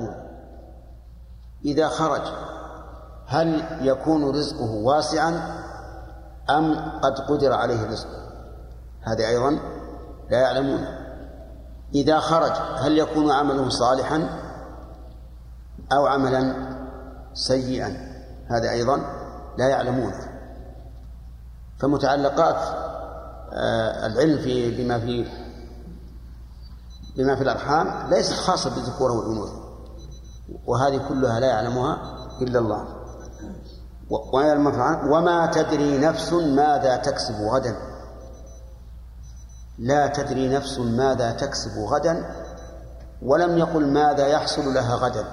إذا خرج هل يكون رزقه واسعا أم قد قدر عليه رزقه؟ هذا أيضا لا يعلمون. إذا خرج هل يكون عمله صالحا أو عملا سيئا؟ هذا أيضا لا يعلمون. فمتعلقات العلم بما في الأرحام ليست خاصة بالذكور والأنوثة، وهذه كلها لا يعلمها إلا الله. وما تدري نفس ماذا تكسب غدا. لا تدري نفس ماذا تكسب غدا، ولم يقل ماذا يحصل لها غدا،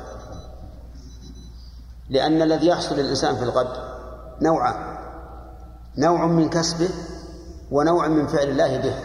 لأن الذي يحصل للإنسان في الغد نوعان: نوع من كسبه ونوع من فعل الله به.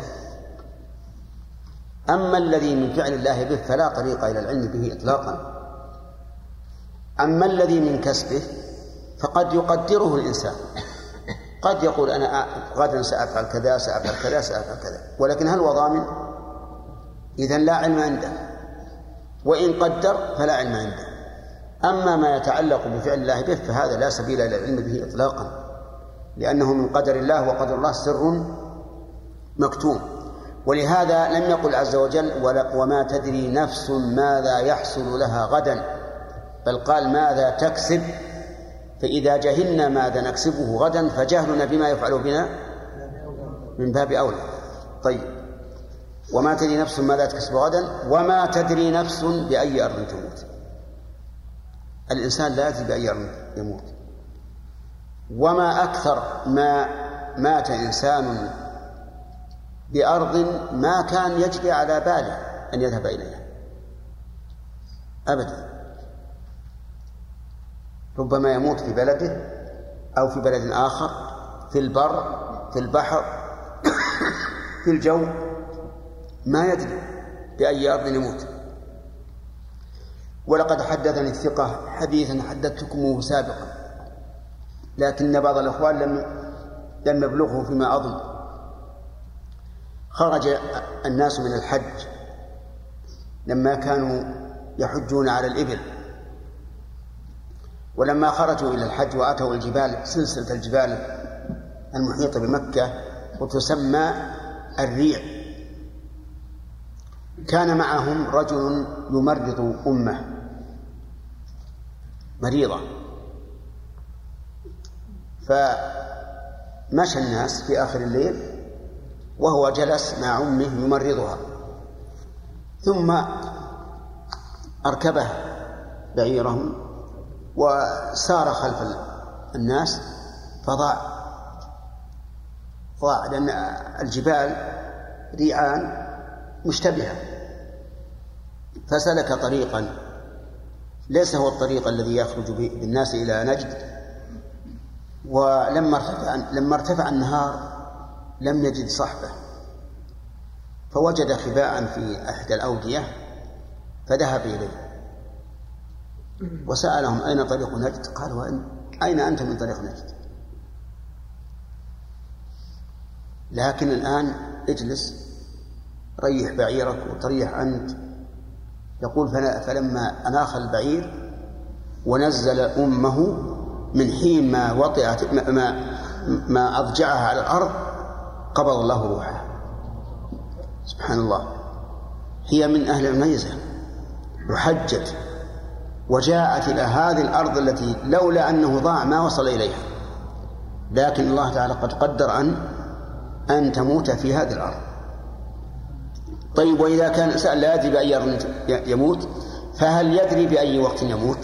أما الذي من فعل الله به فلا طريق إلى العلم به إطلاقا. أما الذي من كسبه فقد يقدره الإنسان، قد يقول أنا غدا سأفعل كذا سأفعل كذا سأفعل كذا، ولكن هل هو ضامن؟ إذن لا علم عنده، وإن قدر فلا علم عنده. أما ما يتعلق بفعل الله به فهذا لا سبيل إلى العلم به إطلاقا، لأنه من قدر الله، وقدر الله سر مكتوم. ولهذا لم يقل عز وجل وما تدري نفس ماذا يحصل لها غدا، بل قال ماذا تكسب. فإذا جهلنا ماذا نكسبه غدا فجهلنا بما يفعل بنا من باب أولى. طيب، وما تدري نفس ماذا تكسب غدا وما تدري نفس بأي أرض تموت. الإنسان لا يدري بأي أرض يموت. وما أكثر ما مات إنسان بأرض ما كان يجري على باله أن يذهب إليها أبدا. ربما يموت في بلده أو في بلد آخر، في البر، في البحر، في الجو، ما يدري بأي أرض يموت. ولقد حدثني الثقة حديثا حدثتكمه سابقا، لكن بعض الأخوان لم يبلغه فيما أظن. خرج الناس من الحج لما كانوا يحجون على الإبل، ولما خرجوا إلى الحج وأتوا الجبال، سلسلة الجبال المحيطة بمكة وتسمى الريع، كان معهم رجل يمرض أمه مريضة، فمشى الناس في آخر الليل وهو جلس مع أمه يمرضها، ثم أركبه بعيرهم وسار خلف الناس فضاع، لأن الجبال ريعان مشتبهة، فسلك طريقا ليس هو الطريق الذي يخرج بالناس إلى نجد. ولما ارتفع النهار لم يجد صحبه، فوجد خباء في أحد الأودية فذهب إليه وسألهم أين طريق نجد؟ قالوا أين أنت من طريق نجد؟ لكن الآن اجلس ريح بعيرك وتريح أنت. يقول فلما أناخ البعير ونزل أمه من حين ما وطئت ما أضجعها على الأرض قبض الله روحها. سبحان الله، هي من أهل الميزة وحجت وجاءت إلى هذه الأرض التي لولا أنه ضاع ما وصل إليها، لكن الله تعالى قد قدر أن تموت في هذه الأرض. طيب، وإذا كان الإنسان لا يدري بأي أرض يموت فهل يدري بأي وقت يموت؟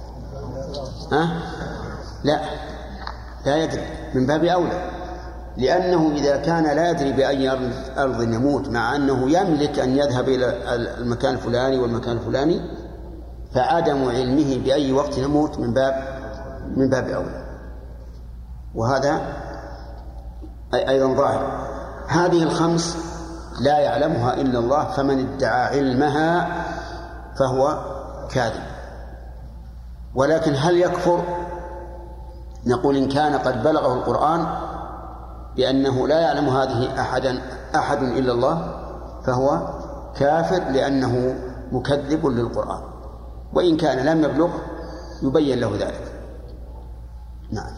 لا يدري، من باب أولى، لأنه إذا كان لا يدري بأي أرض يموت مع أنه يملك أن يذهب إلى المكان الفلاني والمكان الفلاني، فعدم علمه بأي وقت يموت من باب أولى. وهذا أيضا ظاهر. هذه الخمس لا يعلمها إلا الله، فمن ادعى علمها فهو كاذب. ولكن هل يكفر؟ نقول إن كان قد بلغه القرآن بأنه لا يعلم هذه أحد إلا الله فهو كافر، لأنه مكذب للقرآن. وإن كان لم يبلغ يبين له ذلك. نعم.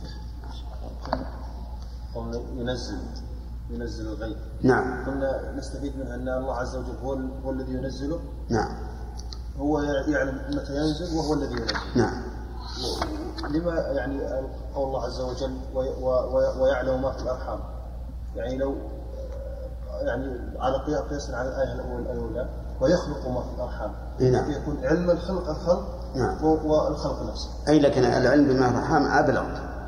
ينزل الغيث. نعم. قلنا نستفيد منها أن الله عز وجل هو الذي ينزله. نعم. هو يعلم متى ينزل وهو الذي ينزل. نعم. لما يعني قول الله عز وجل ويعلم ما في الأرحام، يعني لو يعني على قياس على الآية الأولى ويخلق ما في الأرحام. نعم. يكون علم الخلق. نعم. والخلق نفسه. أي لكن العلم بما في الأرحام أبلغ،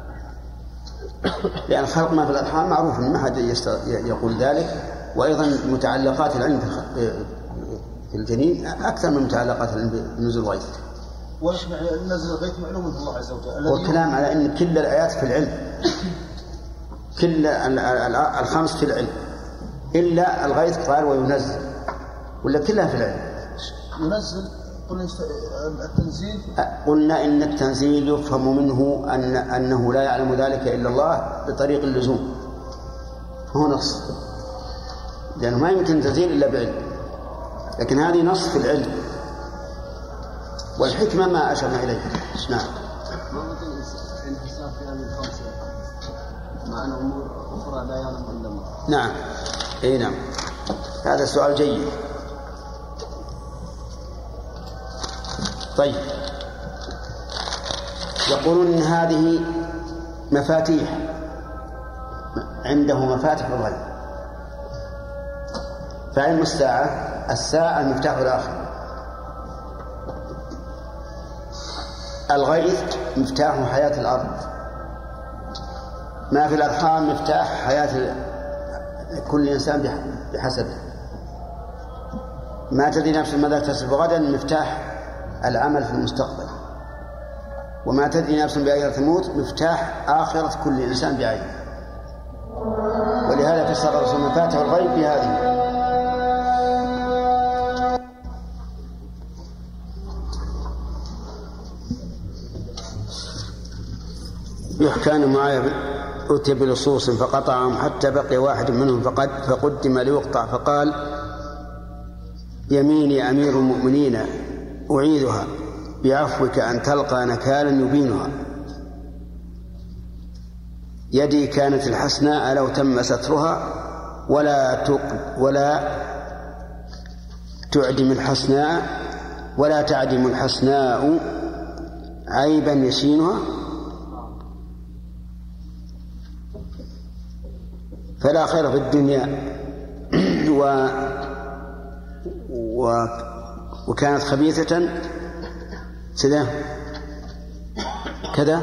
لأن خلق ما في الأرحام معروف ما حد يقول ذلك، وأيضا متعلقات العلم في الجنين أكثر من متعلقات العلم بنزول الغيث. وش معنى نزل الغيث معلوم من الله عز وجل. والكلام على أن كل الآيات في العلم، كل الخمس في العلم إلا الغيث قال وينزل، ولا كلها في العلم. ينزل قلنا التنزيل، قلنا إن التنزيل يفهم منه أنه لا يعلم ذلك إلا الله بطريق اللزوم، هو نص، لأنه ما يمكن تنزيل إلا بعلم، لكن هذه نص في العلم، والحكمة ما أشرنا إليه. نعم. ما مثل الانحساب في هذه الخمسة مع أن أمور أخرى لا يعلم إلا الله. نعم. أي نعم، هذا سؤال جيد. طيب، يقولون إن هذه مفاتيح، عنده مفاتيح الغيب، فعلم الساعة المفتاح الآخر، الغيث مفتاح حياة الأرض، ما في الأرحام مفتاح حياة كل إنسان بحسبه، ما تدري نفس ماذا تكسب غدا مفتاح العمل في المستقبل، وما تدري نفس بأي تموت مفتاح آخرة كل إنسان بعينه. ولهذا فسر الرسول مفاتيح الغيب بهذه. يحكى أن معاوية أتي بلصوص فقطعهم حتى بقي واحد منهم فقدم ليقطع، فقال: يميني أمير المؤمنين أعيذها بعفوك أن تلقى نكالا يبينها، يدي كانت الحسناء لو تم سترها ولا تعدم الحسناء ولا تعدم الحسناء عيبا يشينها، فلا خير في الدنيا وكانت خبيثة كذا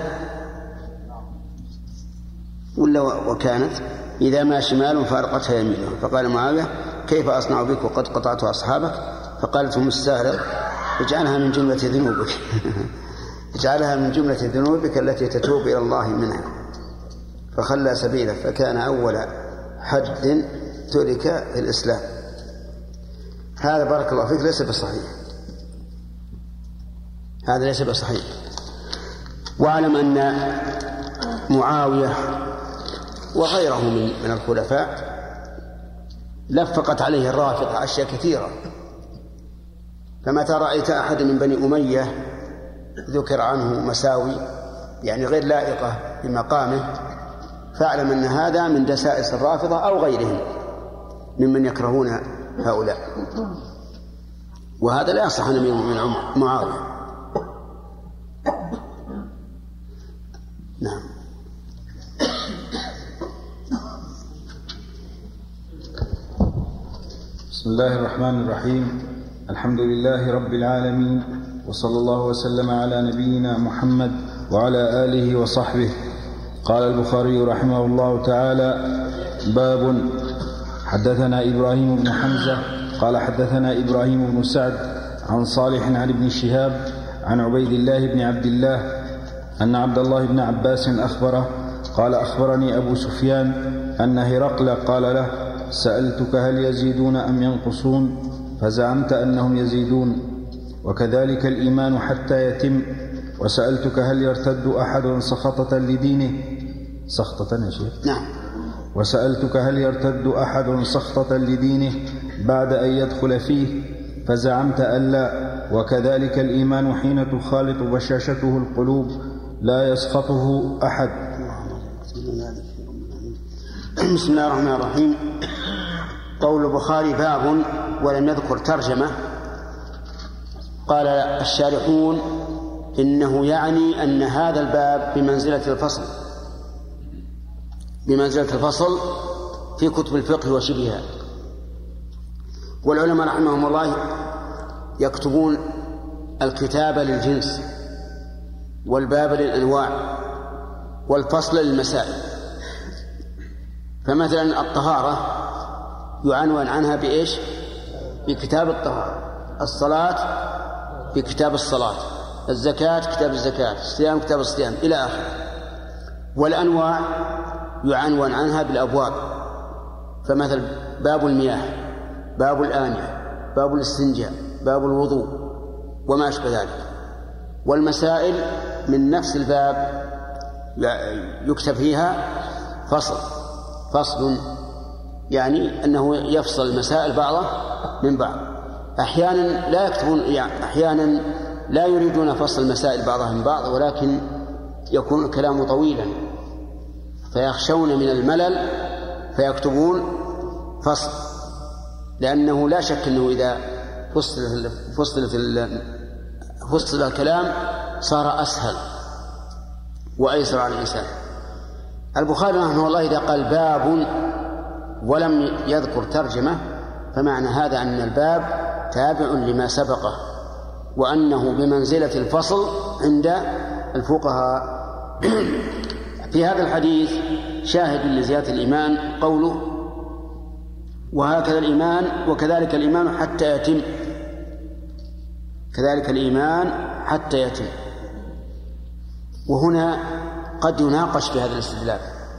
ولا وكانت إذا ما شمال فارقتها يمينه. فقال معاوية: كيف أصنع بك وقد قطعت أصحابك؟ فقالت أم السائلة: اجعلها من جملة ذنوبك اجعلها من جملة ذنوبك التي تتوب إلى الله منها. فخلى سبيله، فكان أول حد ترك في الإسلام. هذا بارك الله فيك ليس بصحيح، هذا ليس بصحيح. واعلم أن معاوية وغيره من الخلفاء لفقت عليه الرافضة أشياء كثيرة، فمتى رأيت أحد من بني أمية ذكر عنه مساوي يعني غير لائقة بمقامه فاعلم أن هذا من دسائس الرافضة أو غيرهم ممن يكرهون هؤلاء، وهذا لا يصح من معاوية. نعم. بسم الله الرحمن الرحيم. الحمد لله رب العالمين، وصلى الله وسلم على نبينا محمد وعلى آله وصحبه. قال البخاري رحمه الله تعالى: باب. حدثنا إبراهيم بن حمزة قال حدثنا إبراهيم بن سعد عن صالح عن ابن شهاب عن عبيد الله بن عبد الله أن عبد الله بن عباس أخبره قال: أخبرني أبو سفيان أن هرقل قال له: سألتك هل يزيدون أم ينقصون؟ فزعمت أنهم يزيدون، وكذلك الإيمان حتى يتم. وسألتك هل يرتد أحد سخطة لدينه؟ سخطة يا شيخ؟ نعم. وسألتك هل يرتد أحد سخطة لدينه بعد أن يدخل فيه؟ فزعمت أن لا، وكذلك الإيمان حين تخالط بشاشته القلوب لا يسخطه أحد. بسم الله الرحمن الرحيم. قول البخاري باب ولم يذكر ترجمة. قال الشارحون إنه يعني أن هذا الباب بمنزلة الفصل في كتب الفقه وشبهها. والعلماء رحمهم الله يكتبون الكتاب للجنس والباب للأنواع والفصل للمسائل. فمثلا الطهارة يعنون عنها بإيش؟ بكتاب الطهارة. الصلاة بكتاب الصلاة، الزكاة كتاب الزكاة، الصيام كتاب الصيام إلى آخره. والأنواع يعنون عنها بالأبواب، فمثل باب المياه، باب الآنية، باب الاستنجاء، باب الوضوء وما أشبه ذلك. والمسائل من نفس الباب يكتب فيها فصل يعني أنه يفصل المسائل بعضها من بعض. أحيانا لا يكتبون، يعني أحيانا لا يريدون فصل المسائل بعضها من بعض، ولكن يكون الكلام طويلا فيخشون من الملل فيكتبون فصل، لأنه لا شك أنه إذا فصل الكلام صار أسهل وأيسر على الإنسان. البخاري رحمه الله إذا قال باب ولم يذكر ترجمة فمعنى هذا أن الباب تابع لما سبقه، وأنه بمنزلة الفصل عند الفقهاء. في هذا الحديث شاهد لزيادة الإيمان قوله وهكذا الإيمان وكذلك الإيمان حتى يتم، كذلك الإيمان حتى يتم. وهنا قد يناقش في هذا الاستدلال،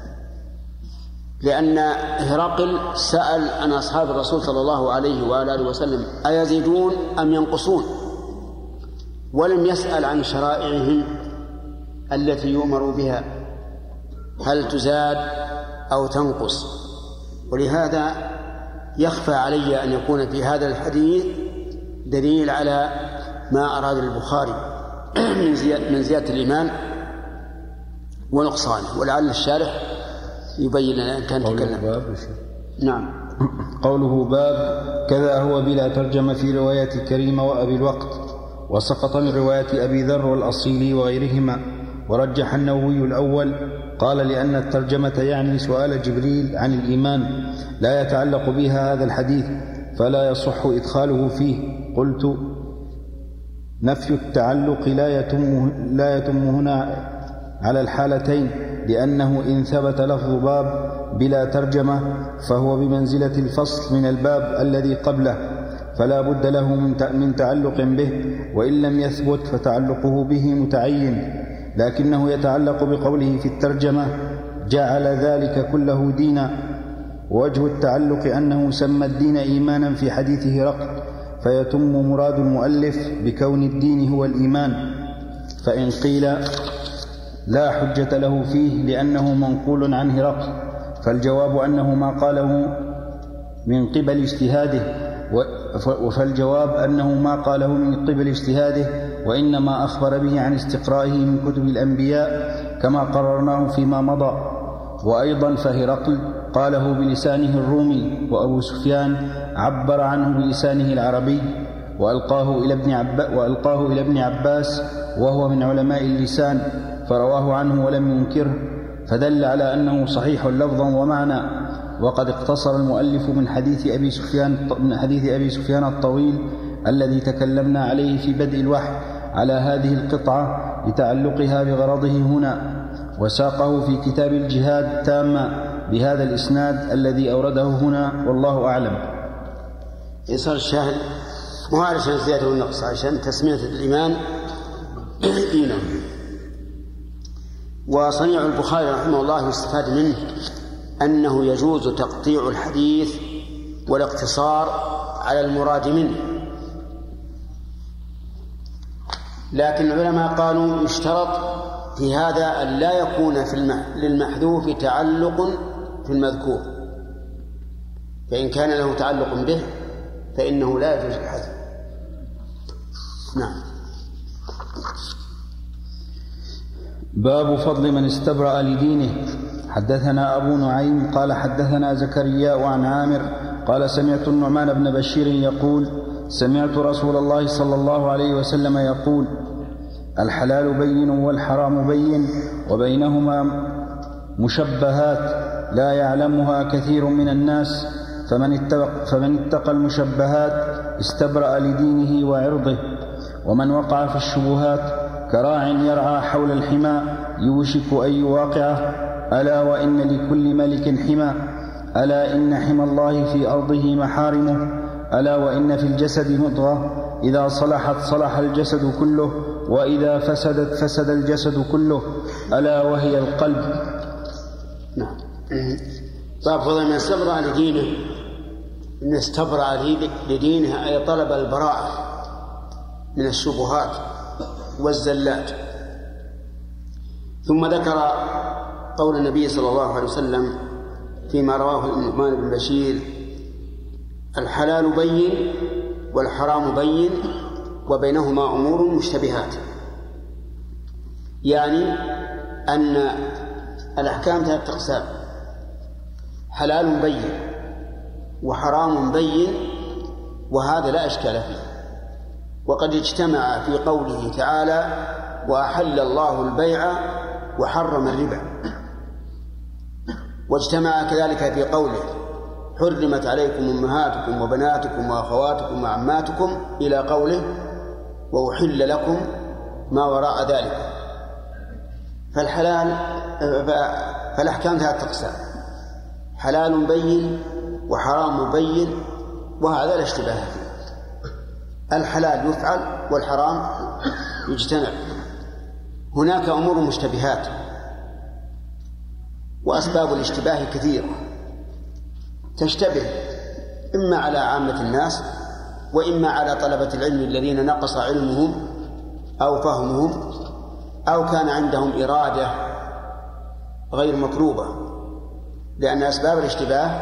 لأن هرقل سأل عن أصحاب الرسول صلى الله عليه وآله وسلم أيزيدون أم ينقصون، ولم يسأل عن شرائعهم التي يؤمر بها هل تزاد أو تنقص. ولهذا يخفى علي أن يكون في هذا الحديث دليل على ما أراد البخاري من زيادة الإيمان ونقصانه، ولعل الشارح يبين لنا إن كان تكلم. نعم. قوله باب كذا هو بلا ترجمة في رواية كريم وأبي الوقت، وسقط من رواية أبي ذر والأصيلي وغيرهما، ورجح النووي الأول. قال لأن الترجمة يعني سؤال جبريل عن الإيمان لا يتعلق بها هذا الحديث فلا يصح إدخاله فيه. قلت نفي التعلق لا يتم هنا على الحالتين، لأنه إن ثبت لفظ باب بلا ترجمة فهو بمنزلة الفصل من الباب الذي قبله، فلا بد له من تعلق به، وإن لم يثبت فتعلقه به متعين، لكنه يتعلق بقوله في الترجمة جعل ذلك كله دينا. ووجه التعلق أنه سمى الدين إيمانا في حديث هرقل، فيتم مراد المؤلف بكون الدين هو الإيمان. فإن قيل لا حجة له فيه لأنه منقول عن هرقل، فالجواب أنه ما قاله من قبل اجتهاده، وإنما أخبر به عن استقرائه من كتب الأنبياء كما قررناه فيما مضى. وأيضا فهرقل قاله بلسانه الرومي، وأبو سفيان عبر عنه بلسانه العربي، وألقاه إلى ابن عباس وهو من علماء اللسان فرواه عنه ولم ينكره، فدل على أنه صحيح لفظا ومعنى. وقد اقتصر المؤلف من حديث أبي سفيان الطويل الذي تكلمنا عليه في بدء الوحي على هذه القطعة لتعلقها بغرضه هنا، وساقه في كتاب الجهاد تاما بهذا الإسناد الذي أورده هنا، والله أعلم. يصير الشاهد مو علشان زيادة والنقص، عشان تسمية الإيمان دينا. وصنيع البخاري رحمه الله يستفاد منه أنه يجوز تقطيع الحديث والاقتصار على المراد منه، لكن العلماء قالوا يشترط في هذا أن لا يكون للمحذوف تعلق في المذكور، فإن كان له تعلق به فإنه لا يجوز الحذف. نعم. باب فضل من استبرأ لدينه. حدثنا أبو نعيم قال حدثنا زكريا عن عامر قال سمعت النعمان بن بشير يقول سمعت رسول الله صلى الله عليه وسلم يقول الحلال بين والحرام بين وبينهما مشبهات لا يعلمها كثير من الناس فمن اتقى المشبهات استبرأ لدينه وعرضه. ومن وقع في الشبهات كراع يرعى حول الحمى يوشك أن يواقعه. ألا وإن لكل ملك حمى ألا إن حمى الله في أرضه محارمه. ألا وإن في الجسد مضغة إذا صلحت صلح الجسد كله وإذا فسدت فسد الجسد كله ألا وهي القلب. نعم. باب فضل من استبرأ لدينه. إن استبرأ لدينه أي طلب البراءة من الشبهات والزلات. ثم ذكر قول النبي صلى الله عليه وسلم فيما رواه النعمان بن بشير الحلال بين والحرام بين وبينهما أمور مشتبهات، يعني أن الأحكام 3 أقسام: حلال بين وحرام بين، وهذا لا إشكال فيه. وقد اجتمع في قوله تعالى وأحل الله البيع وحرم الربا، واجتمع كذلك في قوله حرمت عليكم أمهاتكم وبناتكم وأخواتكم وعماتكم إلى قوله وأحل لكم ما وراء ذلك. فالأحكام 3 أقسام: حلال بين وحرام بين، وهذا لا اشتباه فيه. الحلال يفعل والحرام يجتنب. هناك أمور مشتبهات، وأسباب الاشتباه كثيرة تشتبه إما على عامة الناس وإما على طلبة العلم الذين نقص علمهم أو فهمهم أو كان عندهم إرادة غير مطلوبة، لأن أسباب الاشتباه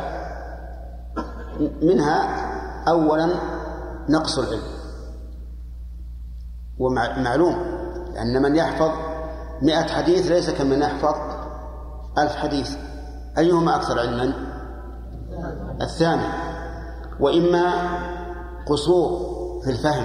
منها أولا نقص العلم، ومعلوم أن من يحفظ 100 حديث ليس كمن يحفظ 1000 حديث. أيهما أكثر علما؟ الثاني. وإما قصور في الفهم،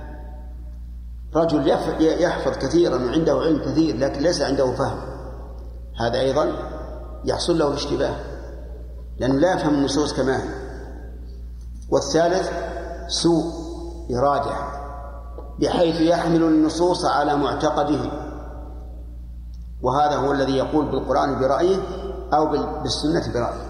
رجل يحفظ كثيرا وعنده علم كثير لكن ليس عنده فهم، هذا أيضا يحصل له الاشتباه لأنه لا يفهم النصوص كما هي. والثالث سوء إرادة بحيث يحمل النصوص على معتقده، وهذا هو الذي يقول بالقرآن برأيه أو بالسنة برأيه،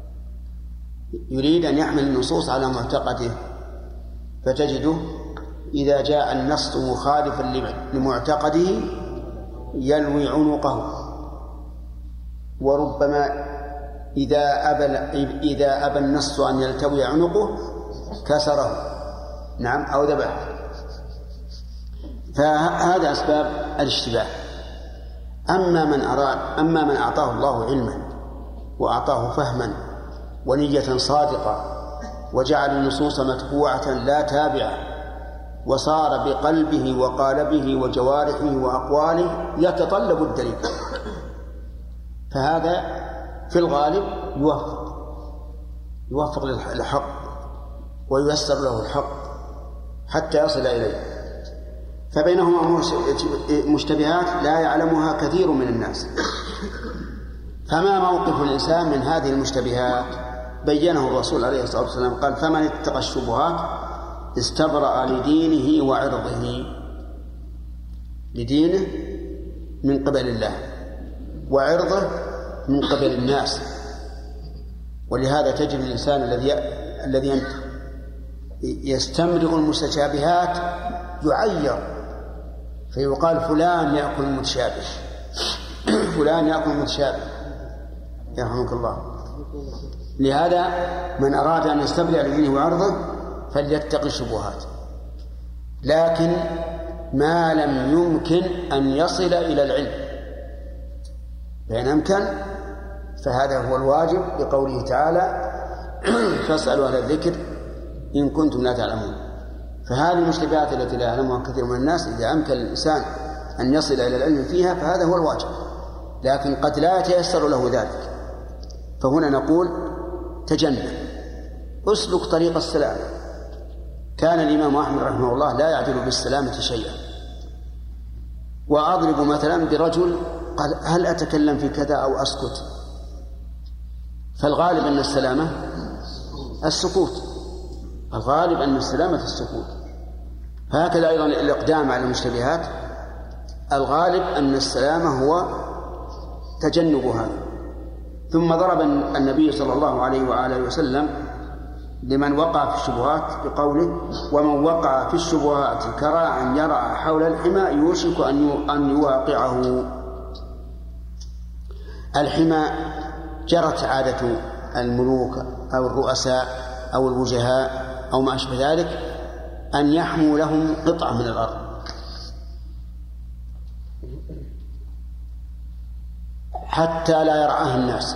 يريد أن يحمل النصوص على معتقده، فتجده إذا جاء النص مخالفا لمعتقده يلوي عنقه، وربما إذا أبى النص أن يلتوي عنقه كسره، نعم، أو ذبحه. فهذا أسباب الاشتباه. أما من أعطاه الله علما وأعطاه فهما ونية صادقة وجعل النصوص متبوعة لا تابعة، وصار بقلبه وقالبه وجوارحه وأقواله يتطلب الدليل، فهذا في الغالب يوفق للحق وييسر له الحق حتى يصل إليه. فبينهما أمور مشتبهات لا يعلمها كثير من الناس. فما موقف الإنسان من هذه المشتبهات؟ بينه الرسول عليه الصلاة والسلام، قال فمن اتقى الشبهات استبرأ لدينه وعرضه. لدينه من قبل الله، وعرضه من قبل الناس. ولهذا تجد الإنسان الذي يستمرغ المتشابهات يعير، فيقال فلان يأكل المتشابه، فلان يأكل المتشابه، يرحمك الله. لهذا من أراد أن يستبرئ لدينه وعرضه فليتقي الشبهات، لكن ما لم يمكن أن يصل إلى العلم. فإن أمكن فهذا هو الواجب، لقوله تعالى فاسألوا أهل الذكر إن كنتم لا تعلمون. فهذه المشتبهات التي لا يعلمها كثير من الناس إذا أمكن الإنسان أن يصل إلى العلم فيها فهذا هو الواجب، لكن قد لا يتيسر له ذلك. فهنا نقول تجنب، أسلك طريق السلامة. كان الإمام أحمد رحمه الله لا يعدل بالسلامة شيئا. وأضرب مثلا برجل قال هل أتكلم في كذا أو أسكت؟ فالغالب أن السلامة السكوت، الغالب أن السلامة السكوت. هكذا أيضا الإقدام على المشتبهات الغالب أن السلامة هو تجنبها. ثم ضرب النبي صلى الله عليه وآله وسلم لمن وقع في الشبهات بقوله ومن وقع في الشبهات كراع يرعى حول الحمى يوشك أن يواقعه. الحمى جرت عادة الملوك أو الرؤساء أو الوجهاء أو ما أشبه ذلك أن يحموا لهم قطعة من الأرض حتى لا يرعاها الناس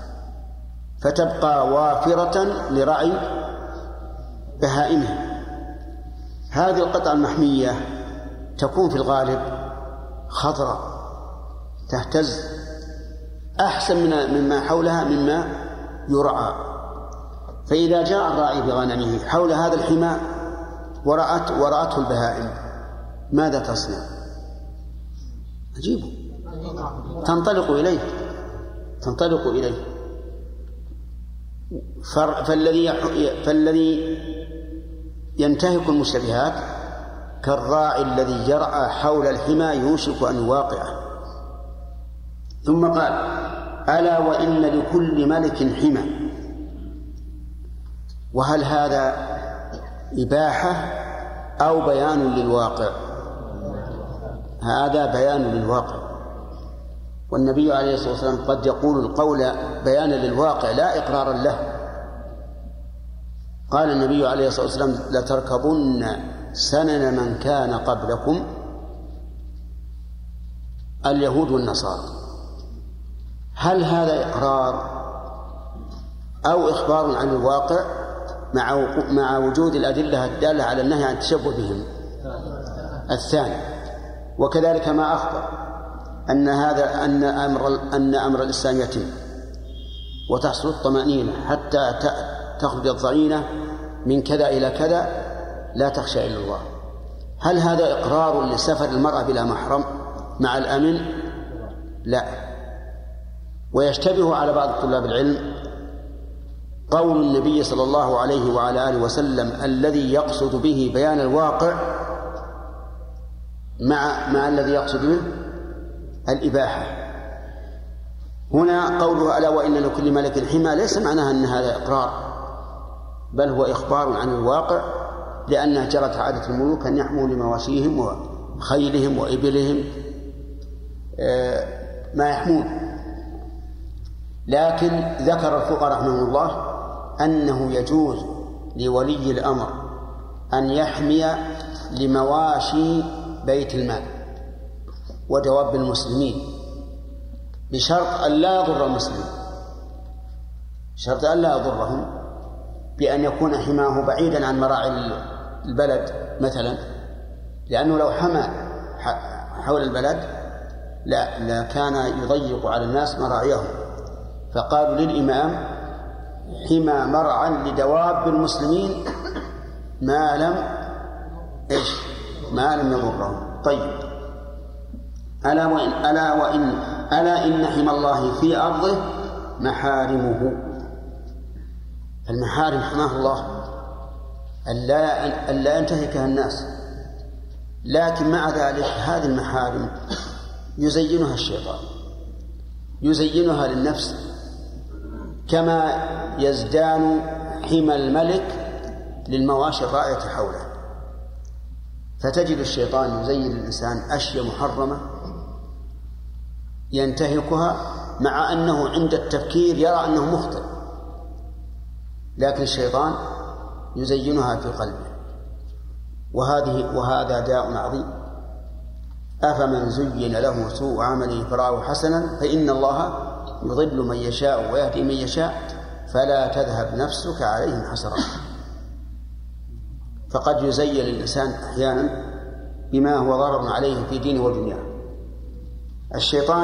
فتبقى وافرة لرعي بهائمها. هذه القطعة المحمية تكون في الغالب خضراء تهتز أحسن مما حولها مما يرعى. فإذا جاء الراعي بغنمه حول هذا الحمى ورأته البهائم ماذا تصنع؟ عجيب، تنطلق إليه. فالذي ينتهك المشتبهات كالراعي الذي يرعى حول الحمى يوشك أن يواقعه. ثم قال ألا وإن لكل ملك حمى. وهل هذا إباحة أو بيان للواقع؟ هذا بيان للواقع، والنبي عليه الصلاة والسلام قد يقول القول بيانا للواقع لا إقرارا له. قال النبي عليه الصلاة والسلام لتركبن سنن من كان قبلكم اليهود والنصارى. هل هذا إقرار أو إخبار عن الواقع مع وجود الأدلة الدالة على النهي عن التشبه بهم؟ الثاني. وكذلك ما أخبر أن أمر الإسلام يتم وتحصل الطمأنينة حتى تخرج الضعينة من كذا إلى كذا لا تخشى إلا الله. هل هذا إقرار لسفر المرأة بلا محرم مع الأمن؟ لا. ويشتبه على بعض طلاب العلم قول النبي صلى الله عليه وعلى آله وسلم الذي يقصد به بيان الواقع مع الذي يقصد به الإباحة. هنا قوله ألا وإن لكل ملك حمى ليس معناها أن هذا إقرار، بل هو إخبار عن الواقع، لأنها جرت عادة الملوك أن يحموا لمواشيهم وخيلهم وإبلهم ما يحمون. لكن ذكر الفقهاء رحمه الله أنه يجوز لولي الأمر أن يحمي لمواشي بيت المال ودواب المسلمين بشرط أن لا يضر المسلمين، شرط أن لا يضرهم، بأن يكون حماه بعيدا عن مراعي البلد مثلا، لأنه لو حمى حول البلد لا كان يضيق على الناس مراعيهم. فقالوا للإمام حمى مرعا لدواب المسلمين ما لم يضرهم. طيب ألا إن حمى الله في أرضه محارمه. المحارم حماه الله ألا ينتهكها الناس، لكن مع ذلك هذه المحارم يزينها الشيطان، يزينها للنفس، كما يزدان حمى الملك للمواشي الرائعة حوله. فتجد الشيطان يزين الإنسان أشياء محرمة ينتهكها مع أنه عند التفكير يرى أنه مخطئ، لكن الشيطان يزينها في قلبه. وهذا داء عظيم. أفمن زين له سوء عمله فرآه حسنا فإن الله يضل من يشاء ويهدي من يشاء فلا تذهب نفسك عليهم حسرات. فقد يزين الإنسان أحيانا بما هو ضرر عليه في دينه ودنياه. الشيطان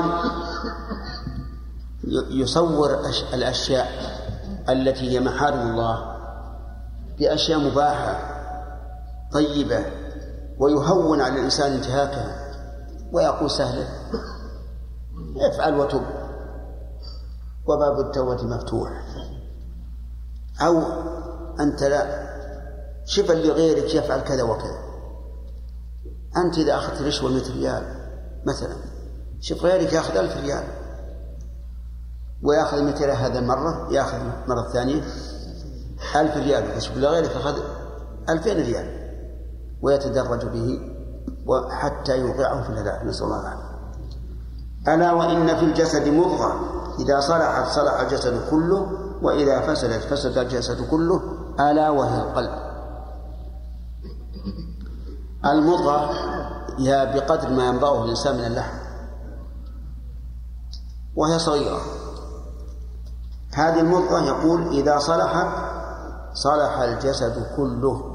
يصور الأشياء التي هي محارم الله بأشياء مباحة طيبة، ويهون على الإنسان انتهاكها ويقول سهلة، افعل وتب وباب التوبة مفتوح. أو أنت لا شوف اللي غيرك يفعل كذا وكذا، أنت إذا أخذت رشوة 100 ريال مثلا، شوف غيرك يأخذ 1000 ريال ويأخذ 200 ريال هذا المرة، يأخذ مرة ثانية 1000 ريال، شوف غيرك أخذ 2000 ريال ويتدرج به وحتى يوقعه في الهلاك، نسأل الله العافية. ألا وإن في الجسد مضغة إذا صلحت صلح الجسد كله وإذا فسدت فسد الجسد كله، ألا وهي القلب. المضغة هي بقدر ما ينبغه الإنسان من اللحم، وهي صغيرة. هذه المضغة يقول إذا صلحت صلح الجسد كله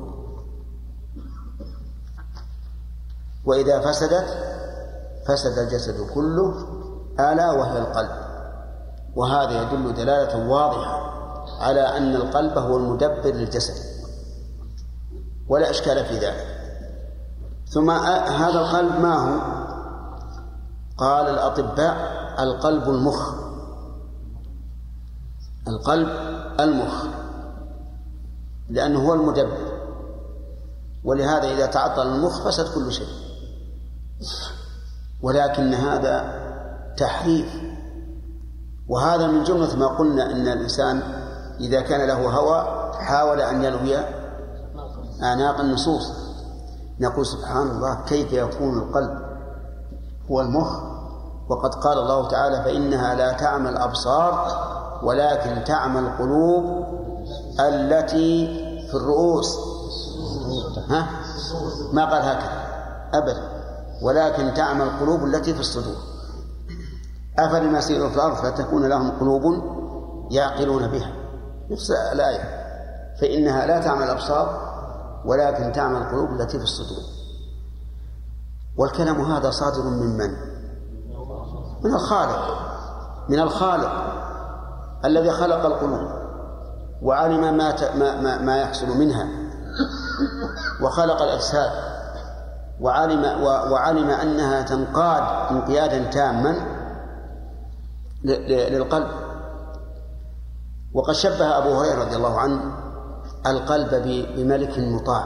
وإذا فسدت فسد الجسد كله، ألا وهي القلب. وهذا يدل دلالة واضحة على أن القلب هو المدبر للجسد ولا إشكال في ذلك. ثم هذا القلب ما هو؟ قال الأطباء القلب المخ، القلب المخ، لأنه هو المدبر، ولهذا إذا تعطل المخ فسد كل شيء. ولكن هذا تحريف، وهذا من جملة ما قلنا إن الإنسان إذا كان له هوى حاول أن يلوي أعناق النصوص. نقول سبحان الله، كيف يكون القلب هو المخ وقد قال الله تعالى فإنها لا تعمى الأبصار ولكن تعمى القلوب التي في الرؤوس. ما قال هكذا أبدا، ولكن تعمى القلوب التي في الصدور. أفلم يسيروا في الأرض فتكون لهم قلوب يعقلون بها، نفس الآية، فإنها لا تعمى الأبصار ولكن تعمى القلوب التي في الصدور. والكلام هذا صادر من من؟ من الخالق، من الخالق الذي خلق القلوب وعلم ما يحصل منها وخلق الأجساد وعلم أنها تنقاد انقيادا تاما للقلب. وقد شبه أبو هريرة رضي الله عنه القلب بملك مطاع،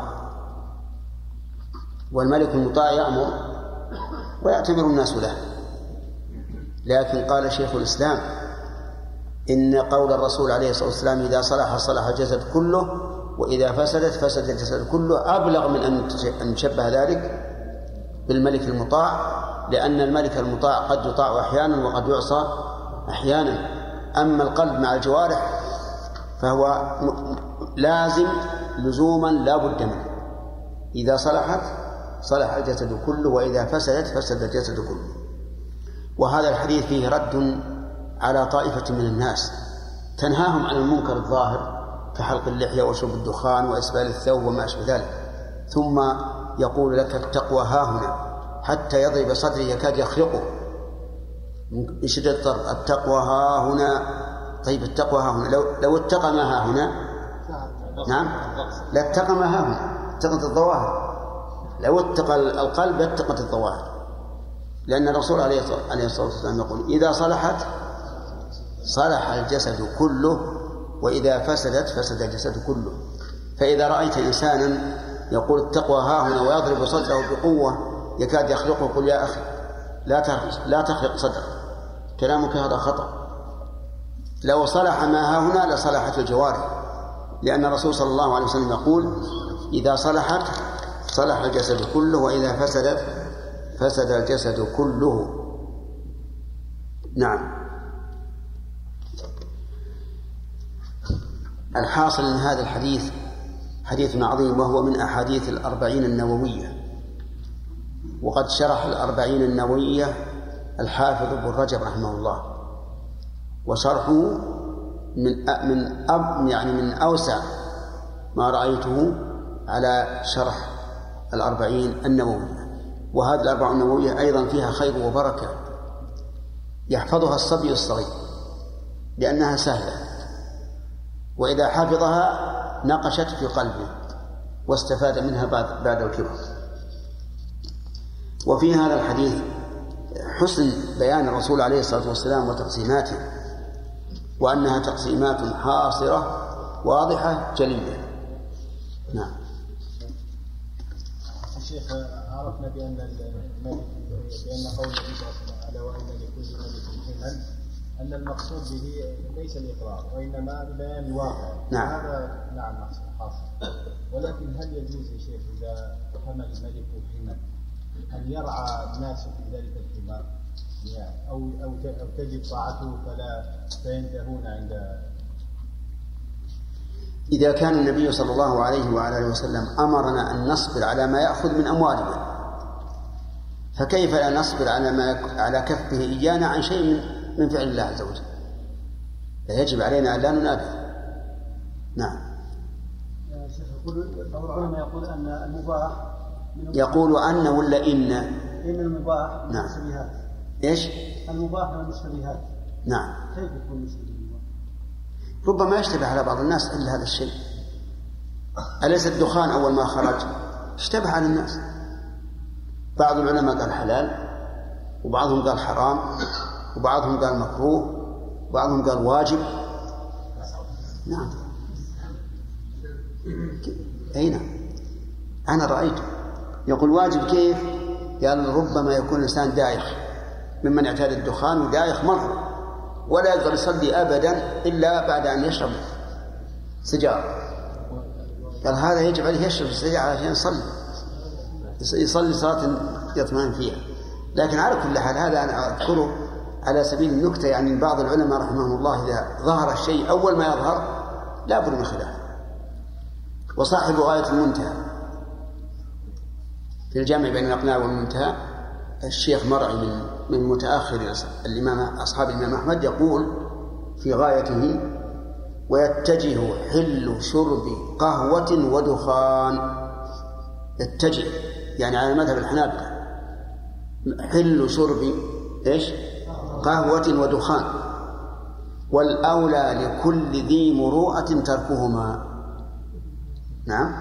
والملك المطاع يأمر ويأتمر الناس له. لكن قال شيخ الإسلام إن قول الرسول عليه الصلاة والسلام إذا صلح صلح الجسد كله وإذا فسدت فسد الجسد كله أبلغ من أن نشبه ذلك بالملك المطاع، لأن الملك المطاع قد يطاع أحيانا وقد يعصى أحيانا. أما القلب مع الجوارح فهو لازم لزوما لا بد منه، إذا صلحت صلح الجسد كله وإذا فسدت فسد الجسد كله. وهذا الحديث فيه رد على طائفة من الناس تنهاهم عن المنكر الظاهر كحلق اللحية وشرب الدخان وإسبال الثوب وما أشبه ذلك، ثم يقول لك التقوى هاهنا حتى يضرب صدره يكاد يخرقه من شدة الضرب. التقوى هاهنا. طيب التقوى هاهنا، لو اتقى ما هاهنا، نعم، لا اتقى ما هاهنا، اتقت الظواهر. لو اتقى القلب اتقت الظواهر، لأن الرسول عليه الصلاة والسلام يقول إذا صلحت صلح الجسد كله وإذا فسدت فسد الجسد كله. فإذا رأيت إنسانا يقول التقوى هاهنا ويضرب صدره بقوة يكاد يخلقه، قل يا أخي لا تخلق صدرك، كلامك هذا خطأ. لو صلح ما هاهنا لصلحت الجوارح، لأن الرسول صلى الله عليه وسلم يقول إذا صلحت صلح الجسد كله وإذا فسدت فسد الجسد كله. نعم. الحاصل أن هذا الحديث حديث عظيم، وهو من أحاديث 40 النووية. وقد شرح 40 النووية الحافظ ابن رجب رحمه الله، وشرحه من أوسع ما رأيته على شرح 40 النووية. وهذه 40 النووية أيضا فيها خير وبركة يحفظها الصبي الصغير لأنها سهلة، وإذا حفظها نقشت في قلبه واستفاد منها بعد الكبر. وفي هذا الحديث حسن بيان الرسول عليه الصلاة والسلام وتقسيماته، وأنها تقسيمات حاصرة واضحة جلية. نعم. الشيخ عرفنا بأن الملك بأن قول النبي صلى الله عليه وسلم ألا وإن لكل ملك حما أن المقصود به ليس الإقرار وإنما بيان الواقع. نعم. هذا نعم مقصود حاصل. ولكن هل يجوز يا شيخ إذا حمل الملك حما أن يرعى الناس في ذلك الحمى أو تجب طاعته فينتهون عند؟ إذا كان النبي صلى الله عليه وعلى وسلم أمرنا أن نصبر على ما يأخذ من أموالنا، فكيف لا نصبر على كفه إيانا عن شيء من فعل الله عز وجل؟ فيجب علينا أن لا ننابه. نعم. يا شيخ بعض العلماء يقول أن المباح يقول أن ولا إن المباح من نعم. المشتبهات. إيش؟ المباح من المشتبهات. نعم. كيف يكون مشتبه؟ ربما يشتبه على بعض الناس إلا هذا الشيء. أليس الدخان أول ما خرج اشتبه على الناس؟ بعض العلماء قال حلال، وبعضهم قال حرام، وبعضهم قال مكروه، وبعضهم قال واجب. نعم. أي نعم. أنا رأيته يقول واجب كيف؟ قال ربما يكون الإنسان دايخ ممن اعتاد الدخان ودايخ مرة ولا يقدر يصلي أبدا إلا بعد أن يشرب سجارة. قال هذا يجب عليه يشرب السجارة عشان يصلي صلاة يطمئن فيها. لكن على كل حال هذا أنا أذكره على سبيل النكتة، يعني بعض العلماء رحمهم الله إذا ظهر الشيء أول ما يظهر لا بد من خلافه. وصاحب غاية المنتهى في الجامع بين الأقناع والمنتهى الشيخ مرعي من متأخر الإمام أصحاب الإمام أحمد يقول في غايته ويتجه حل شرب قهوة ودخان. يتجه يعني على مذهب الحنابلة حل شرب إيش؟ قهوة ودخان، والأولى لكل ذي مروءة تركهما. نعم.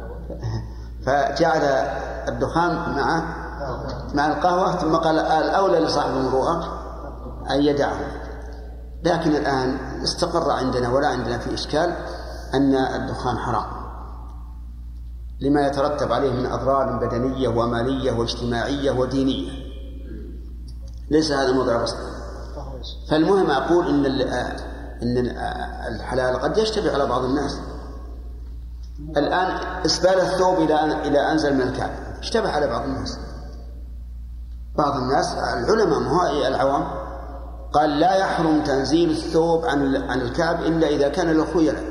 فجعل الدخان مع القهوة، ثم قال الأولى لصاحب المروءة أن يدعه. لكن الآن استقر عندنا ولا عندنا في إشكال أن الدخان حرام لما يترتب عليه من أضرار بدنية ومالية واجتماعية ودينية، ليس هذا موضع بسط. فالمهم أقول إن الحلال قد يشتبه على بعض الناس. الآن إسبال الثوب إلى أنزل من الكعب اشتبه على بعض الناس. بعض الناس العلماء مهائي العوام قال لا يحرم تنزيل الثوب عن الكعب إلا إذا كان له خيلاء،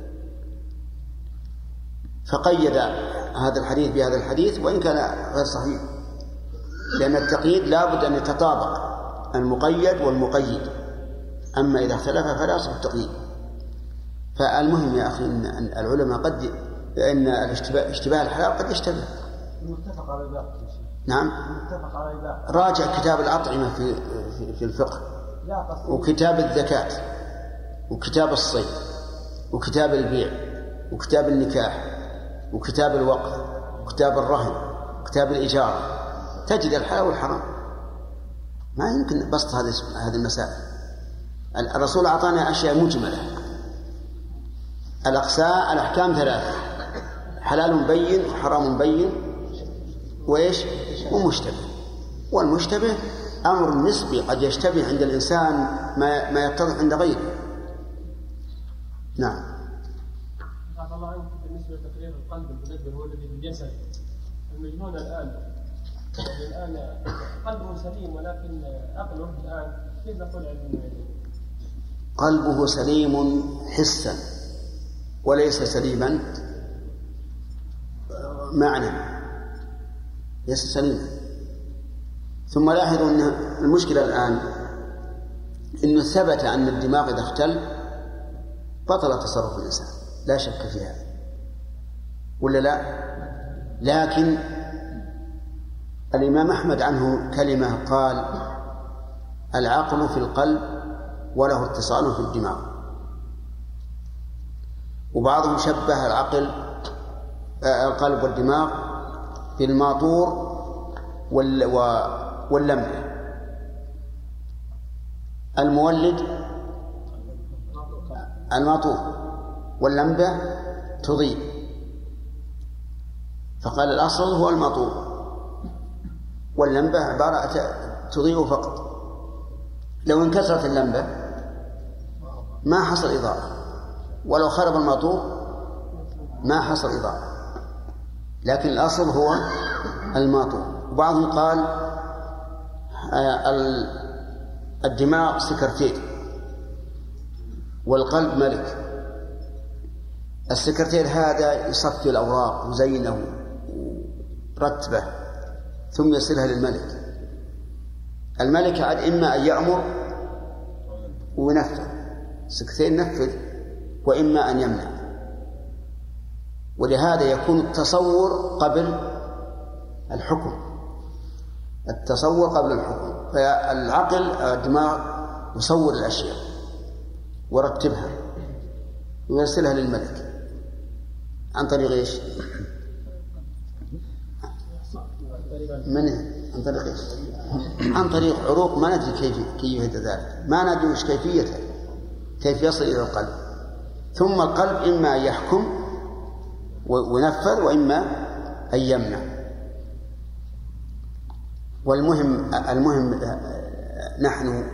فقيد هذا الحديث بهذا الحديث وإن كان غير صحيح، لأن التقييد لا بد أن يتطابق المقيد والمقيد، أما إذا اختلف فلا يصح التقييد. فالمهم يا أخي أن العلماء أن اشتباه الحلال قد يشتبه. متفق على ذلك. نعم. متفق على ذلك. راجع كتاب الأطعمة في الفقه، وكتاب الزكاة، وكتاب الصيد، وكتاب البيع، وكتاب النكاح، وكتاب الوقف، وكتاب الرهن، وكتاب الإجارة، تجد الحلال والحرام. ما يمكن بسط هذه المسائل. الرسول أعطانا أشياء مجملة. الأحكام ثلاثة: حلال بين وحرام بين وإيش ومشتبه. والمشتبه أمر نسبي قد يشتبه عند الإنسان ما يتضح عند غيره. نعم. الله عنك بالنسبة لتقرير القلب بالنسبة هو الذي بالجسد. المجنون الآن قلبه سليم ولكن عقله الآن كيف نقول عنه؟ قلبه سليم حسا وليس سليما معنى، ليس سليما. ثم لاحظوا أن المشكلة الآن أنه ثبت أن الدماغ إذا اختل بطل تصرف الإنسان، لا شك في هذا. المهم أن الإنسان يحرص على التوازن بين العقل والجسد، وأن يكون ولا لا؟ لكن الإمام أحمد عنه كلمة قال: العقل في القلب وله اتصال في الدماغ. وبعضهم شبه القلب والدماغ بالماطور واللمبة. المولد الماطور واللمبة تضيء، فقال الأصل هو الماطور، واللمبة عبارة تضيء فقط. لو انكسرت اللمبة ما حصل إضاءة، ولو خرب الماطور ما حصل إضاءة، لكن الأصل هو الماطور. وبعضهم قال الدماغ سكرتير والقلب ملك. السكرتير هذا يصفي الأوراق وزينه ورتبه ثم يرسلها للملك. الملك عاد إما أن يأمر وينفذ، السكرتير ينفذ، وإما أن يمنع. ولهذا يكون التصور قبل الحكم، التصور قبل الحكم. فالعقل الدماغ يصور الأشياء ورتبها ويرسلها للملك عن طريق إيش؟ عن طريق إيش؟ عن طريق عروق ما ندري كيف ذلك، ما ندري وش كيفيتها، كيف يصل إلى القلب. ثم القلب إما أن يحكم وينفذ وإما أن يمنع. والمهم نحن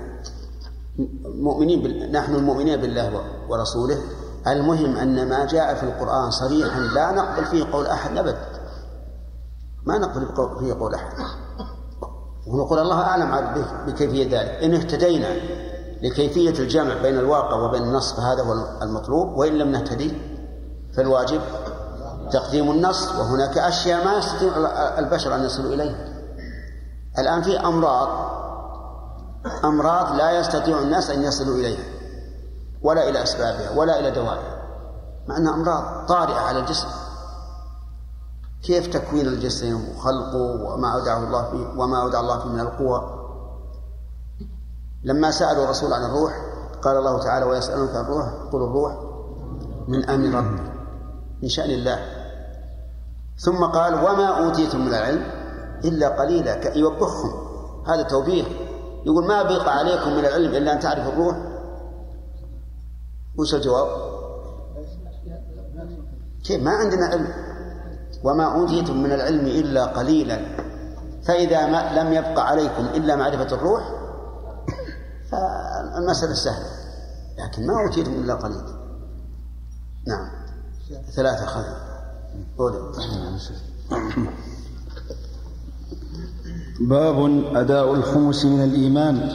المؤمنين بالله ورسوله، المهم أن ما جاء في القرآن صريحا لا نقبل فيه قول أحد أبدا، ما نقبل فيه قول أحد، ونقول الله أعلم بكيفية ذلك. إن اهتدينا لكيفية الجمع بين الواقع وبين النص فهذا هو المطلوب، وإن لم نهتدي فالواجب تقديم النص. وهناك أشياء ما يستطيع البشر أن يصلوا إليها. الآن في أمراض لا يستطيع الناس أن يصلوا إليها ولا إلى أسبابها ولا إلى دوائها، مع أنها أمراض طارئة على الجسم. كيف تكوين الجسم وخلقه وما أودع الله فيه من القوى؟ لما سألوا الرسول عن الروح قال الله تعالى: ويسألونك عن الروح قل الروح من أمر ربي، من شأن الله. ثم قال: وما أوتيتم من العلم إلا قليلا، يوبخهم. هذا توبيخ، يقول ما بقى عليكم من العلم إلا أن تعرفوا الروح. وش الجواب؟ كيف ما عندنا علم؟ وما أوتيتم من العلم إلا قليلا. فإذا لم يبقى عليكم إلا معرفة الروح فالمسألة سهلة، لكن ما أوتيتم إلا قليلا. نعم. 3 خير. باب أداء الخمس من الإيمان.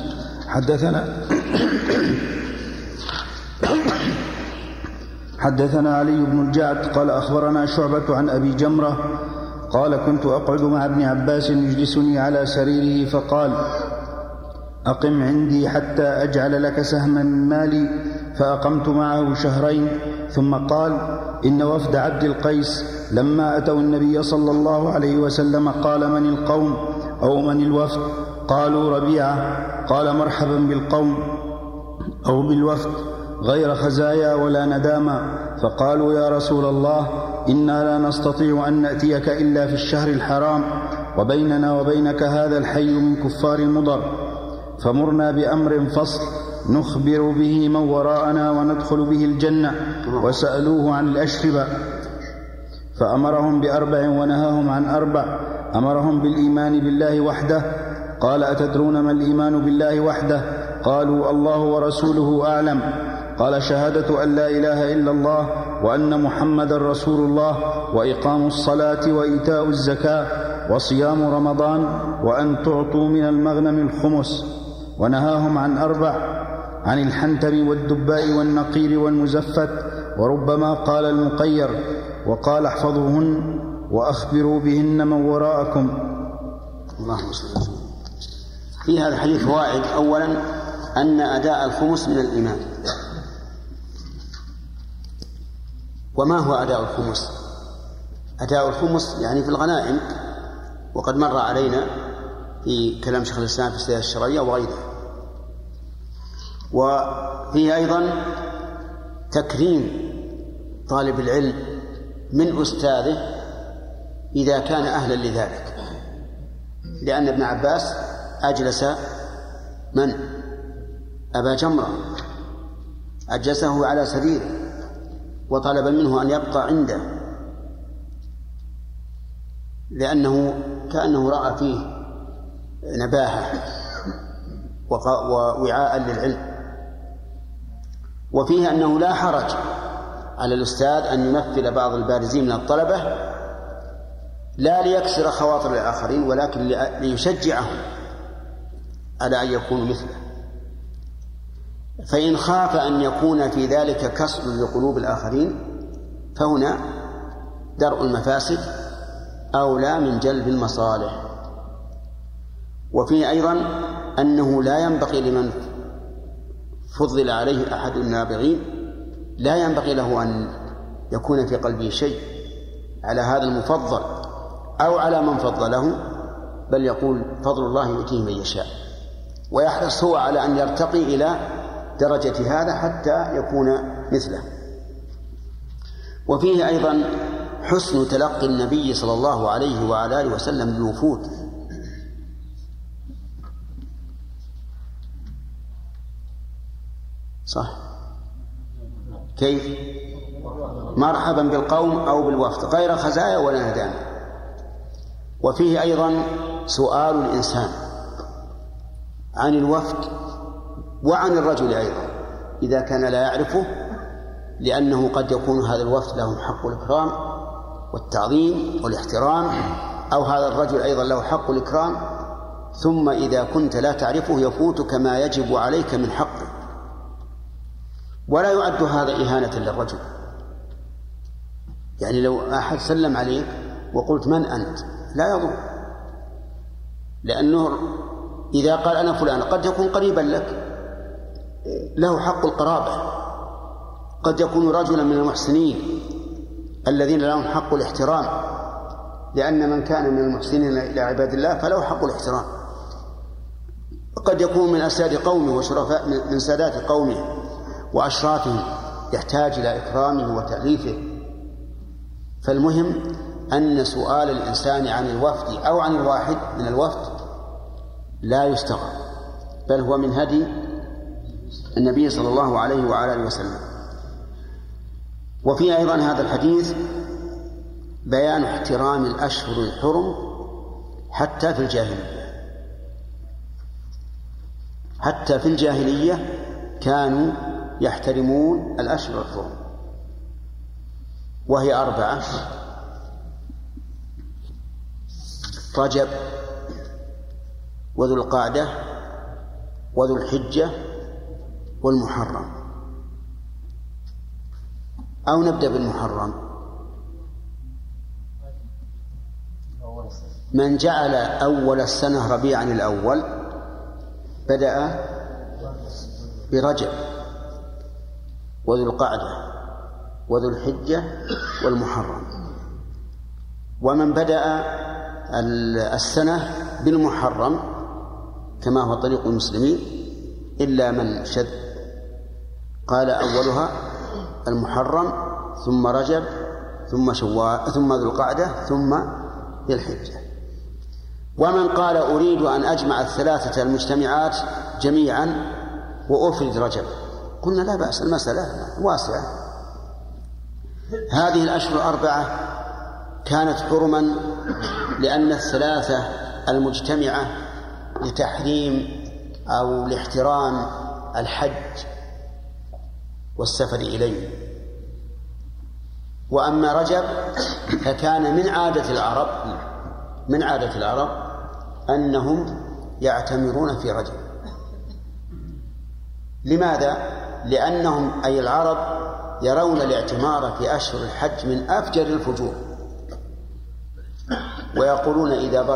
حدثنا علي بن الجعد قال أخبرنا شعبة عن أبي جمرة قال: كنت أقعد مع ابن عباس يجلسني على سريره فقال: أقم عندي حتى أجعل لك سهما من مالي، فأقمت معه 2 شهرين. ثم قال: إن وفد عبد القيس لما أتوا النبي صلى الله عليه وسلم قال: من القوم أو من الوفد؟ قالوا: ربيعة. قال: مرحبا بالقوم أو بالوفد، غير خزايا ولا ندامة. فقالوا: يا رسول الله، إنا لا نستطيع أن نأتيك إلا في الشهر الحرام، وبيننا وبينك هذا الحي من كفار المضر، فمرنا بأمر فصل نخبر به من وراءنا وندخل به الجنة. وسألوه عن الأشربة فأمرهم ب4 ونهاهم عن 4. أمرهم بالإيمان بالله وحده. قال: أتدرون ما الإيمان بالله وحده؟ قالوا: الله ورسوله أعلم. قال: شهادة أن لا إله إلا الله وأن محمد رسول الله، وإقام الصلاة وإيتاء الزكاة وصيام رمضان، وأن تعطوا من المغنم الخمس. ونهاهم عن 4: عن الحنتم والدباء والنقير والمزفت. وربما قال المقير، وقال: احفظوهن وأخبروا بهن من وراءكم. اللهم صل وسلم. في هذا الحديث فوائد. أولا أن أداء الخمس من الإيمان. وما هو أداء الخمس؟ أداء الخمس يعني في الغنائم، وقد مر علينا في كلام شيخ الإسلام في السياسة الشرعية وغيره. وفيه أيضا تكريم طالب العلم من أستاذه إذا كان أهلا لذلك، لأن ابن عباس أجلس من؟ أبا جمرة، أجلسه على سريره وطلب منه أن يبقى عنده، لأنه كأنه رأى فيه نباهة ووعاء للعلم. وفيه أنه لا حرج على الأستاذ أن يمثل بعض البارزين من الطلبة، لا ليكسر خواطر الآخرين ولكن ليشجعهم على أن يكونوا مثله. فإن خاف أن يكون في ذلك كسر لقلوب الآخرين فهنا درء المفاسد أولى من جلب المصالح. وفيه أيضا أنه لا ينبغي لمن فضل عليه أحد النابغين لا ينبغي له أن يكون في قلبه شيء على هذا المفضل أو على من فضله، بل يقول فضل الله يؤتيه من يشاء، ويحرص هو على أن يرتقي إلى درجة هذا حتى يكون مثله. وفيه أيضا حسن تلقي النبي صلى الله عليه وعلى آله وسلم للوفود. صح؟ كيف؟ مرحبا بالقوم أو بالوفد غير خزايا ولا ندامة. وفيه أيضا سؤال الإنسان عن الوفد وعن الرجل أيضا إذا كان لا يعرفه، لأنه قد يكون هذا الوفد له حق الإكرام والتعظيم والاحترام، أو هذا الرجل أيضا له حق الإكرام، ثم إذا كنت لا تعرفه يفوتك ما يجب عليك من حقه، ولا يعد هذا إهانة للرجل. يعني لو أحد سلم عليك وقلت من أنت لا يضر، لأنه إذا قال أنا فلان قد يكون قريبا لك له حق القرابة، قد يكون رجلا من المحسنين الذين لهم حق الاحترام، لأن من كان من المحسنين إلى عباد الله فله حق الاحترام. قد يكون من أساد قومه وشرفاء من سادات قومه وأشرافه يحتاج إلى إكرامه وتأليفه. فالمهم أن سؤال الإنسان عن الوفد أو عن الواحد من الوفد لا يستغرب، بل هو من هدي النبي صلى الله عليه وعلى آله وسلم. وفي أيضا هذا الحديث بيان احترام الأشهر الحرم حتى في الجاهلية. حتى في الجاهلية كانوا يحترمون الأشهر الحرم، وهي 4: رجب وذو القعدة وذو الحجة والمحرم. أو نبدأ بالمحرم. من جعل أول السنة ربيعا الأول بدأ برجب وذو القعدة وذو الحجة والمحرم. ومن بدأ السنة بالمحرم كما هو طريق المسلمين إلا من شد قال أولها المحرم ثم رجب ثم شوال ثم ذو القعدة ثم ذي الحجة. ومن قال أريد أن أجمع الثلاثة المجتمعات جميعا وأفرد رجب قلنا لا بأس، المسألة واسعة. هذه الأشهر 4 كانت حرما لأن الثلاثة المجتمعة لتحريم أو لاحترام الحج والسفر إليه. وأما رجب فكان من عادة العرب أنهم يعتمرون في رجب. لماذا؟ لأنهم أي العرب يرون الاعتمار في أشهر الحج من أفجر الفجور، ويقولون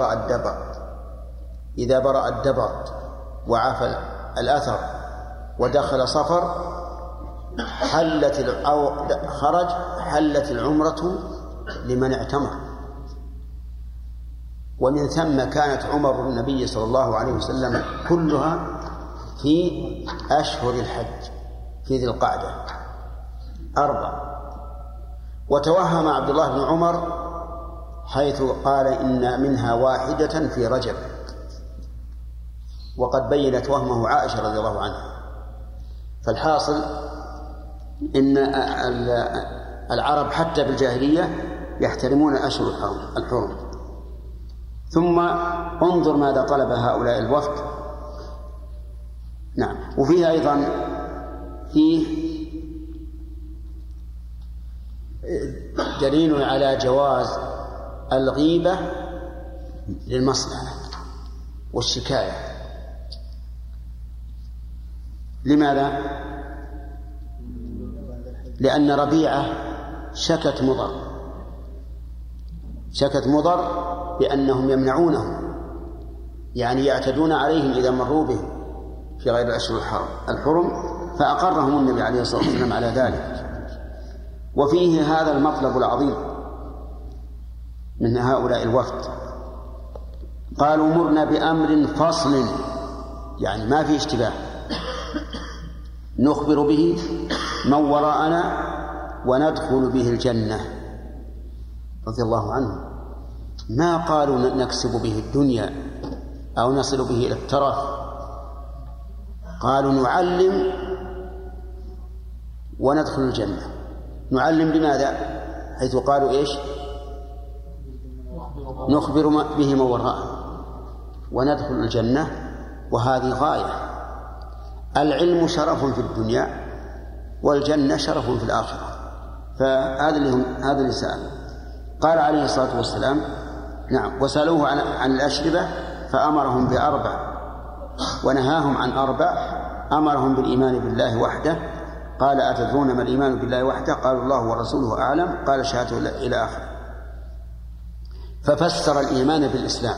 إذا برأ الدبر وعفى الأثر ودخل صفر حلت العمرة لمن اعتمر. ومن ثم كانت عمر النبي صلى الله عليه وسلم كلها في أشهر الحج في ذي القعدة 4. وتوهم عبد الله بن عمر حيث قال إن منها واحدة في رجب، وقد بينت وهمه عائشة رضي الله عنها. فالحاصل إن العرب حتى بالجاهلية يحترمون أشهر الحرم. ثم انظر ماذا طلب هؤلاء الوفد. نعم. وفيه أيضا فيه دليل على جواز الغيبة للمصلحة والشكاية. لماذا؟ لأن ربيعة شكت مضر بأنهم يمنعونه، يعني يعتدون عليهم إذا مروا به في غير الأشهر الحرم، فأقرهم النبي عليه الصلاة والسلام على ذلك. وفيه هذا المطلب العظيم من هؤلاء الوفد، قالوا مرنا بأمر فصل، يعني ما في اشتباه، نخبر به من وراءنا وندخل به الجنة. رضي الله عنهم ما قالوا نكسب به الدنيا أو نصل به إلى الترف، قالوا نعلم وندخل الجنة. نعلم بماذا؟ حيث قالوا إيش؟ نخبر به من وراءنا وندخل الجنة، وهذه غاية. العلم شرف في الدنيا والجنة شرف في الآخرة. فهذا اللي سأل. قال عليه الصلاة والسلام نعم. وسألوه عن الأشربة فأمرهم ب4 ونهاهم عن 4. أمرهم بالإيمان بالله وحده. قال أتدرون ما الإيمان بالله وحده؟ قالوا الله ورسوله أعلم. قال شهادة إلى آخره. ففسر الإيمان بالإسلام.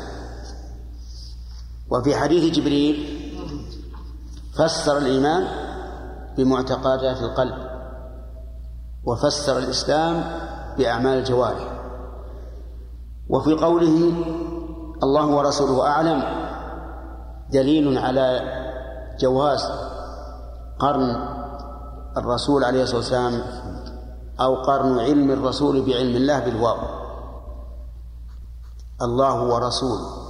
وفي حديث جبريل فسر الإيمان بمعتقدات القلب، وفسر الإسلام بأعمال الجوارح. وفي قوله الله ورسوله أعلم دليل على جواز قرن الرسول عليه الصلاة والسلام أو قرن علم الرسول بعلم الله بالواو، الله ورسوله.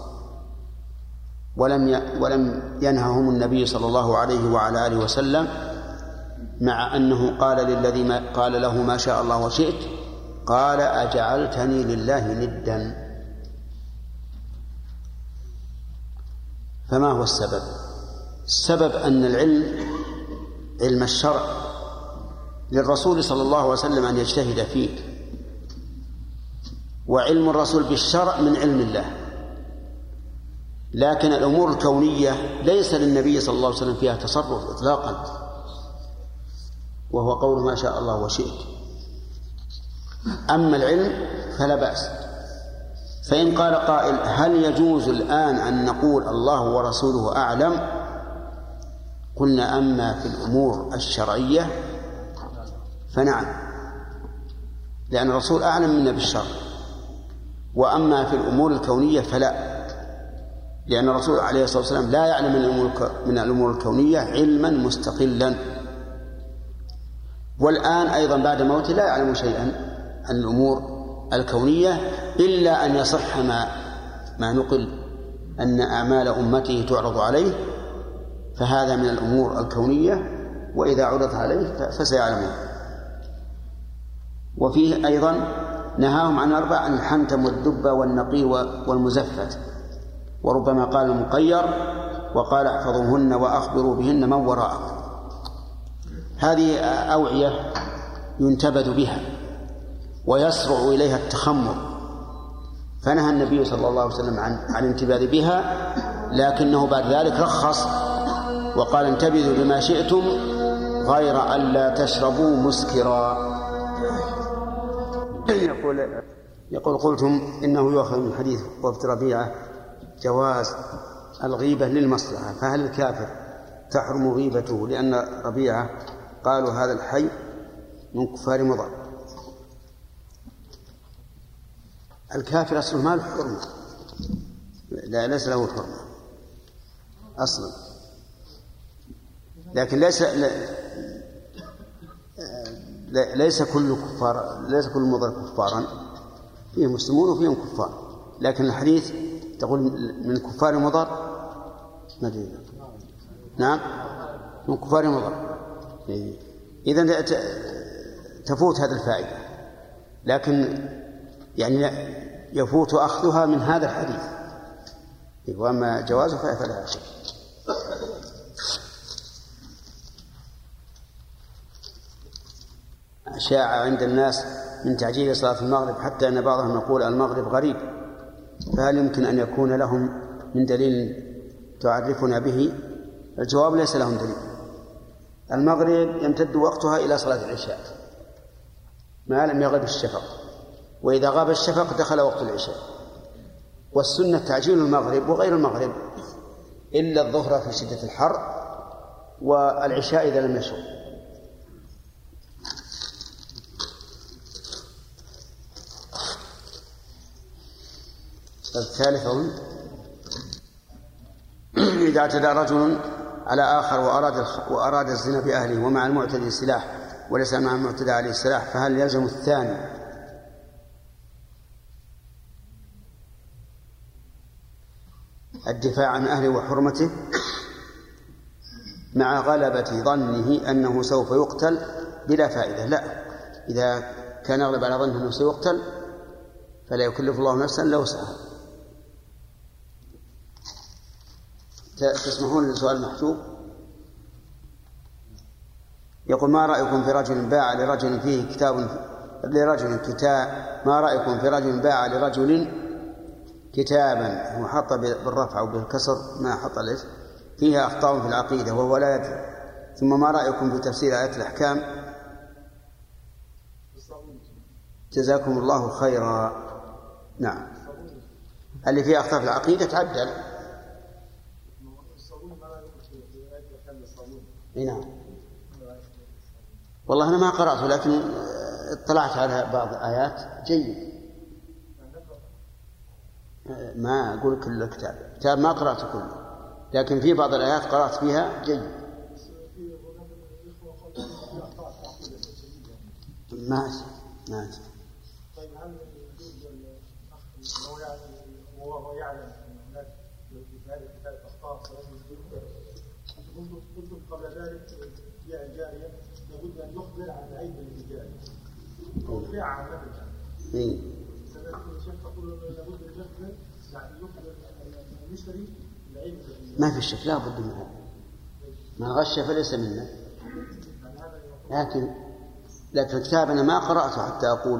ولم ينههم النبي صلى الله عليه وعلى آله وسلم، مع أنه قال للذي قال له ما شاء الله وشئت، قال أجعلتني لله ندا. فما هو السبب؟ السبب أن العلم علم الشرع للرسول صلى الله عليه وسلم أن يجتهد فيه، وعلم الرسول بالشرع من علم الله. لكن الأمور الكونية ليس للنبي صلى الله عليه وسلم فيها تصرف إطلاقا، وهو قول ما شاء الله وشئت. أما العلم فلا بأس. فإن قال قائل هل يجوز الآن أن نقول الله ورسوله أعلم؟ قلنا أما في الأمور الشرعية فنعم، لأن الرسول أعلم منا بالشرع. وأما في الأمور الكونية فلا، لأن الرسول عليه الصلاة والسلام لا يعلم من الأمور الكونية علما مستقلا، والآن أيضا بعد موته لا يعلم شيئا عن الأمور الكونية إلا أن يصح ما نقل أن أعمال أمته تعرض عليه، فهذا من الأمور الكونية، وإذا عرضت عليه فسيعلمون. وفيه أيضا نهاهم عن 4: عن الحنتم والدب والنقي والمزفت، وربما قال المقير، وقال احفظوهن وأخبروا بهن من وراءكم. هذه أوعية ينتبذ بها ويسرع إليها التخمر، فنهى النبي صلى الله عليه وسلم عن الانتباذ بها، لكنه بعد ذلك رخص وقال انتبذوا بما شئتم غير أن لا تشربوا مسكرا. يقول قلتم إنه يؤخذ من حديث وفد ربيعة جواز الغيبة للمصلحة، فهل الكافر تحرم غيبته لأن ربيعة قالوا هذا الحي من كفار مضر؟ الكافر أصله ما له حرمة، لا ليس له حرمة أصلا، لكن ليس كل كفار، ليس كل مضر كفارا، فيهم مسلمون وفيهم كفار، لكن الحديث تقول من كفار مضر مدينة. نعم من كفار مضر، إذن تفوت هذه الفائدة، لكن يعني يفوت أخذها من هذا الحديث، وأما جوازه فلا شيء. شاع عند الناس من تعجيل صلاة المغرب حتى أن بعضهم يقول المغرب غريب، فهل يمكن أن يكون لهم من دليل تعرفنا به؟ الجواب ليس لهم دليل. المغرب يمتد وقتها إلى صلاة العشاء ما لم يغب الشفق، وإذا غاب الشفق دخل وقت العشاء، والسنة تعجيل المغرب وغير المغرب إلا الظهر في شدة الحر والعشاء إذا لم يشق. الثالث إذا اعتدى رجل على آخر وأراد الزنا بأهله ومع المعتدي سلاح وليس مع المعتدى عليه السلاح، فهل يلزم الثاني الدفاع عن أهله وحرمته مع غلبة ظنه أنه سوف يقتل بلا فائدة؟ لا، إذا كان يغلب على ظنه أنه سيقتل فلا يكلف الله نفسا إلا وسعها. تسمحون لسؤال محجوب؟ يقول ما رأيكم في رجل باع لرجل فيه كتاب ما رأيكم في رجل باع لرجل كتابا وحط بالرفع وبالكسر ما حط الإف فيها أخطاء في العقيدة وهو لا يدري، ثم ما رأيكم في تفسير آيات الأحكام؟ جزاكم الله خيرا. نعم، اللي فيه أخطاء في العقيدة تعدل. نعم والله أنا ما قرأته، لكن اطلعت على بعض آيات جيد. ما أقول كل كتاب ما قرأته كله، لكن في بعض الآيات قرأت فيها جيد. ماشي. طيب هل وهو يعلم أن هناك في هذا الكتاب أخطاء قلتم قبل ذلك في الجارية لابد أن يخبر عن عيب الجارية أو البيع عن نفسه. الشيخ تقول لابد أن يخبر المشتري بعيب. ما في شك، لا بد منه، من غش فليس منا. لكن الكتاب أنا ما قرأته حتى أقول،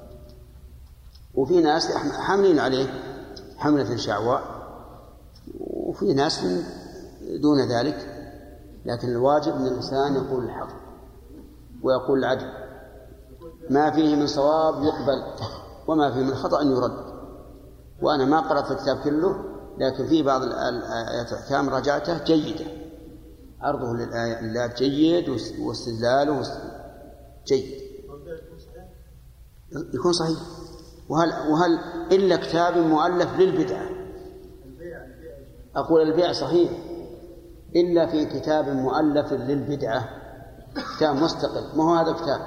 وفي ناس حاملين عليه حملة شعواء وفي ناس دون ذلك، لكن الواجب أن الإنسان يقول الحق ويقول العدل، ما فيه من صواب يقبل وما فيه من خطأ يرد. وأنا ما قرأت الكتاب كله، لكن في بعض الآيات الأحكام رجعته جيدة، عرضه للآيات جيد واستدلاله جيد، يكون صحيح. وهل إلا كتاب مؤلف للبدعة؟ أقول البيع صحيح إلا في كتاب مؤلف للبدعة، كتاب مستقل، ما هو هذا كتاب.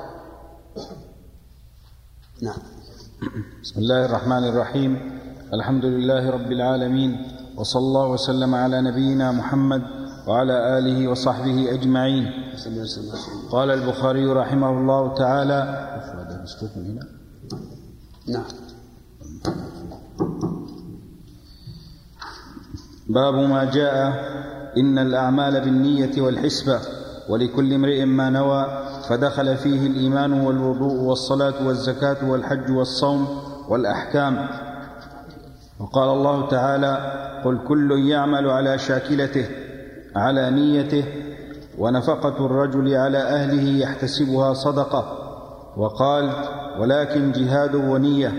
نعم. بسم الله الرحمن الرحيم، الحمد لله رب العالمين، وصلى الله وسلم على نبينا محمد وعلى آله وصحبه أجمعين. قال البخاري رحمه الله تعالى: نعم. باب ما جاء إن الأعمال بالنية والحسبة ولكل امرئ ما نوى، فدخل فيه الإيمان والوضوء والصلاة والزكاة والحج والصوم والأحكام. وقال الله تعالى: قل كل يعمل على شاكلته على نيته، ونفقة الرجل على أهله يحتسبها صدقة. وقال: ولكن جهاد ونية.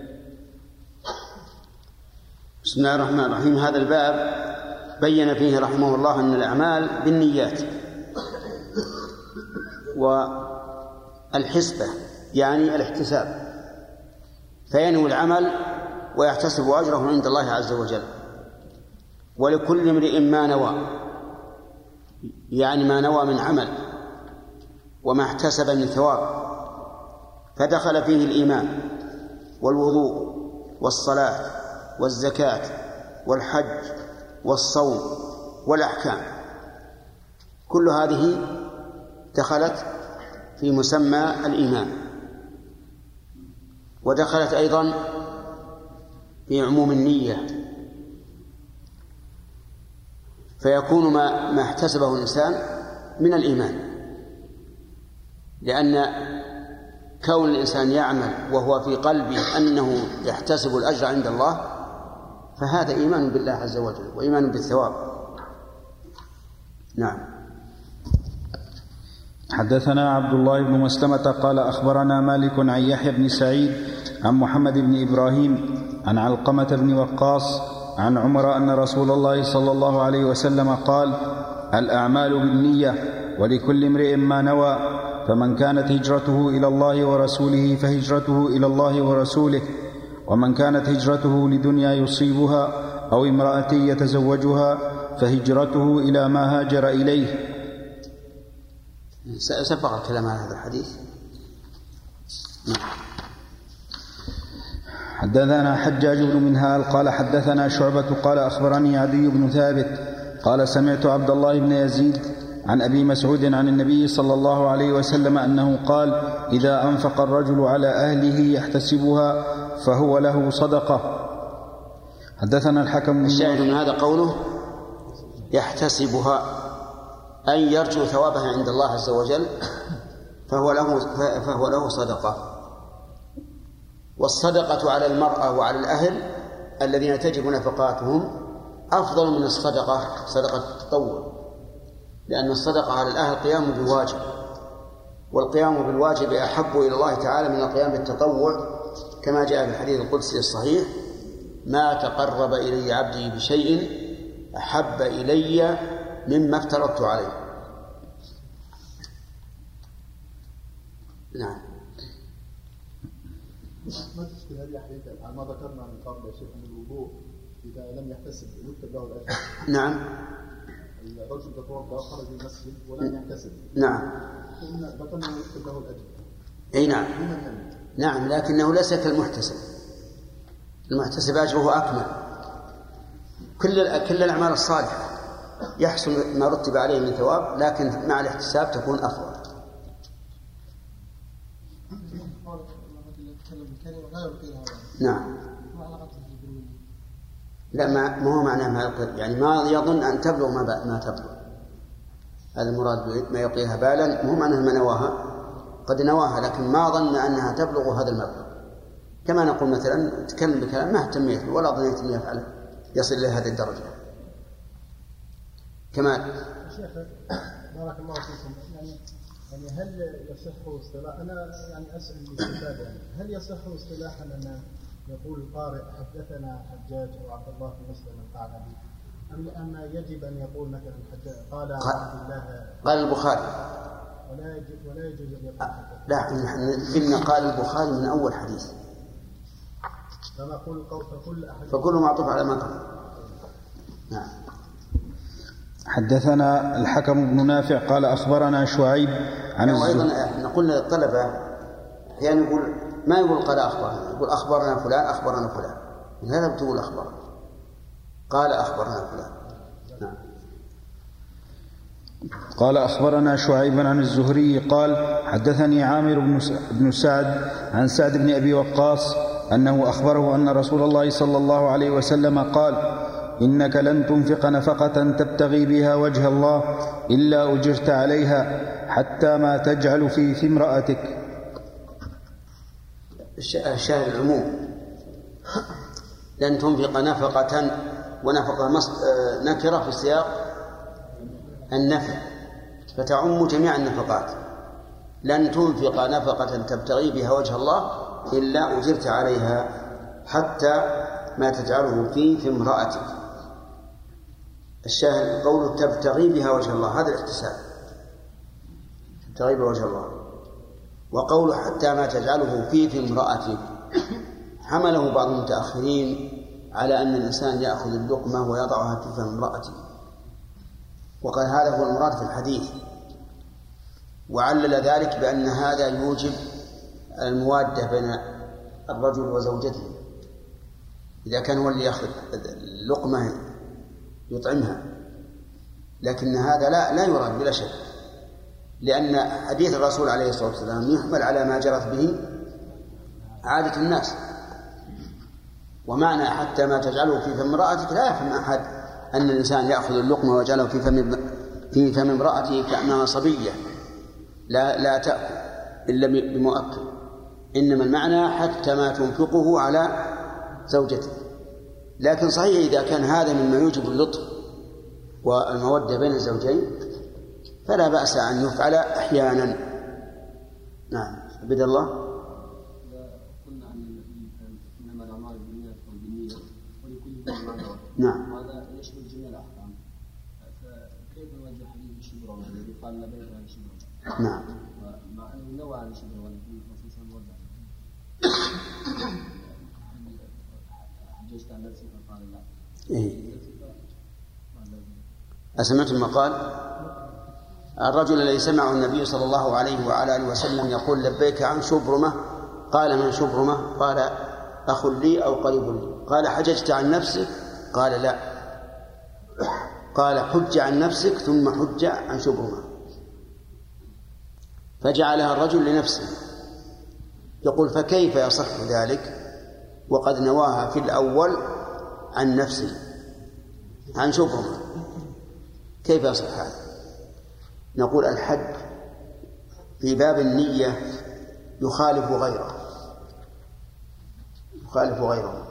بسم الله الرحمن الرحيم. هذا الباب بين فيه رحمه الله أن الأعمال بالنيات، والحسبة يعني الاحتساب، فينوي العمل ويحتسب أجره عند الله عز وجل. ولكل امرئ ما نوى، يعني ما نوى من عمل وما احتسب من ثواب، فدخل فيه الإيمان والوضوء والصلاة والزكاة والحج والصوم والأحكام، كل هذه دخلت في مسمى الإيمان، ودخلت أيضا في عموم النية، فيكون ما احتسبه الإنسان من الإيمان، لأن كون الإنسان يعمل وهو في قلبه أنه يحتسب الأجر عند الله فهذا إيمان بالله عز وجل وإيمان بالثواب. نعم. حدثنا عبد الله بن مسلمة قال أخبرنا مالك عن يحيى بن سعيد عن محمد بن إبراهيم عن علقمة بن وقاص عن عمر أن رسول الله صلى الله عليه وسلم قال: الأعمال بالنية ولكل امرئ ما نوى، فمن كانت هجرته إلى الله ورسوله فهجرته إلى الله ورسوله، ومن كانت هجرته لدنيا يصيبها أو امرأة يتزوجها فهجرته إلى ما هاجر إليه. سبق الكلام عن هذا الحديث. حدثنا حجاج بن منهال قال حدثنا شعبة قال أخبرني عدي بن ثابت قال سمعت عبد الله بن يزيد عن أبي مسعود عن النبي صلى الله عليه وسلم أنه قال: إذا أنفق الرجل على أهله يحتسبها فهو له صدقة. حدثنا الحكم. الشاهد من هذا قوله يحتسبها، أي يرجو ثوابها عند الله عز وجل، فهو له صدقة. والصدقة على المرأة وعلى الأهل الذين تجب نفقاتهم أفضل من الصدقة، صدقة التطوع، لأن الصدقة على الأهل قيام بالواجب، والقيام بالواجب أحب إلى الله تعالى من القيام بالتطوع، كما جاء في الحديث القدسي الصحيح: ما تقرب إلي عبدي بشيء أحب إلي مما افترضت عليه. نعم. ما تشكل هذه حقيقة على ما ذكرنا من قبل يا شيخ من الوضوء إذا لم يحتسب يكتب له الأجر. نعم. الرجل تتوضأ خرج من المسجد ولم يحتسب. نعم. ذكرنا يكتب له الأجر. أي نعم. نعم، لكنه ليس كالمحتسب. المحتسب أجره أكمل. كل الأعمال الصالحة يحصل ما رتب عليه من ثواب، لكن مع الاحتساب تكون أفضل. نعم. لا، ما هو معناه ما يلقي، يعني ما يظن أن تبلغ ما تبلغ، هذا المراد ما يلقيها بالا، مو معناه ما نواها، قد نواها لكن ما ظن أنها تبلغ هذا المبلغ. كما نقول مثلا تكلم بكلام ما اهتميت ولا ظنيت أن يفعله يصل إلى هذه الدرجة. كمال. شيخ بارك الله فيكم، يعني هل يصح اصطلاح، أنا يعني أسأل الاستفادة، هل يصح اصطلاحا أن يقول القارئ حدثنا حجاج أو عبد الله بن مسلم القعنبي، أم يجب أن يقول مثلا قال عبد الله قال البخاري ولا يجوز أن يقول حدثنا؟ لا، إن قال البخاري من أول حديث، فكل معطوف على ما قبل. نعم. حدثنا الحكم بن نافع قال أخبرنا شعيب عن أيضا نقول للطلبة أحيانا يقول ما يقول قال أخبرنا، يقول أخبرنا فلان أخبرنا فلان، هذا بتقول أخبرنا، قال أخبرنا فلان. نعم. قال أخبرنا شعيب عن الزهري قال حدثني عامر بن سعد عن سعد بن أبي وقاص أنه أخبره أن رسول الله صلى الله عليه وسلم قال: إنك لن تنفق نفقة تبتغي بها وجه الله إلا أجرت عليها حتى ما تجعل في امرأتك. الشاهد العموم، لن تنفق نفقة، ونفقة نكرة في سياق النفي فتعم جميع النفقات. لن تنفق نفقة تبتغي بها وجه الله إلا أجرت عليها حتى ما تجعله في امرأتك. الشاهد قوله تبتغي بها وجه الله، هذا الاحتساب، تبتغي بها وجه الله. وقوله حتى ما تجعله في امرأتك، حمله بعض المتأخرين على أن الإنسان يأخذ اللقمة ويضعها في فم امرأته، وقال هذا هو المراد في الحديث، وعلل ذلك بأن هذا يوجب الموادة بين الرجل وزوجته، إذا كان هو اللي يأخذ اللقمة يطعمها. لكن هذا لا يراد بلا شك، لأن حديث الرسول عليه الصلاة والسلام يحمل على ما جرت به عادة الناس. ومعنى حتى ما تجعله في فم امرأتك لا يفهم أحد أن الإنسان يأخذ اللقمة ويجعله في فم امرأته كأنها صبية لا تأكل إلا بمؤكل، إنما المعنى حتى ما تنفقه على زوجته. لكن صحيح إذا كان هذا مما يوجب اللطف والمودة بين الزوجين فلا بأس أن يفعل أحيانا. نعم. عبد الله. قلنا أن إنما الأعمال بالنيات والبنية ولكل امرئ ما نعم. وهذا يشمل جميع الأحكام، فكيف نوجه حديث الشبرة الذي قال لا بيع عن الشبرة؟ نعم. مع أنه نوى عن الشبرة ولكن الرسول صلى الله عليه وسلم حججت عن نفسي فقال لا. إيه. أسمعتم ما قال الرجل الذي سمعه النبي صلى الله عليه وعلى آله وسلم يقول لبيك عن شبرمة، قال من شبرمة؟ قال أخ لي أو قريب لي. قال حججت عن نفسك؟ قال لا. قال حج عن نفسك ثم حج عن شبرمة، فجعلها الرجل لنفسه. يقول فكيف يصح ذلك وقد نواها في الأول عن نفسه عن شبرمة؟ كيف يصح هذا؟ نقول الحج في باب النية يخالف غيره.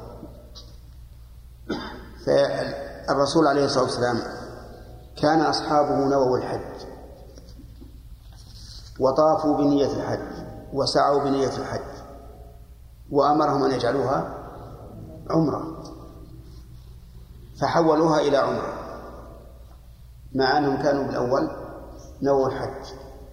فالرسول عليه الصلاة والسلام كان أصحابه نووا الحج وطافوا بنية الحج وسعوا بنية الحج، وأمرهم أن يجعلوها عمرة فحولوها إلى عمرة، مع أنهم كانوا بالأول نووا الحج.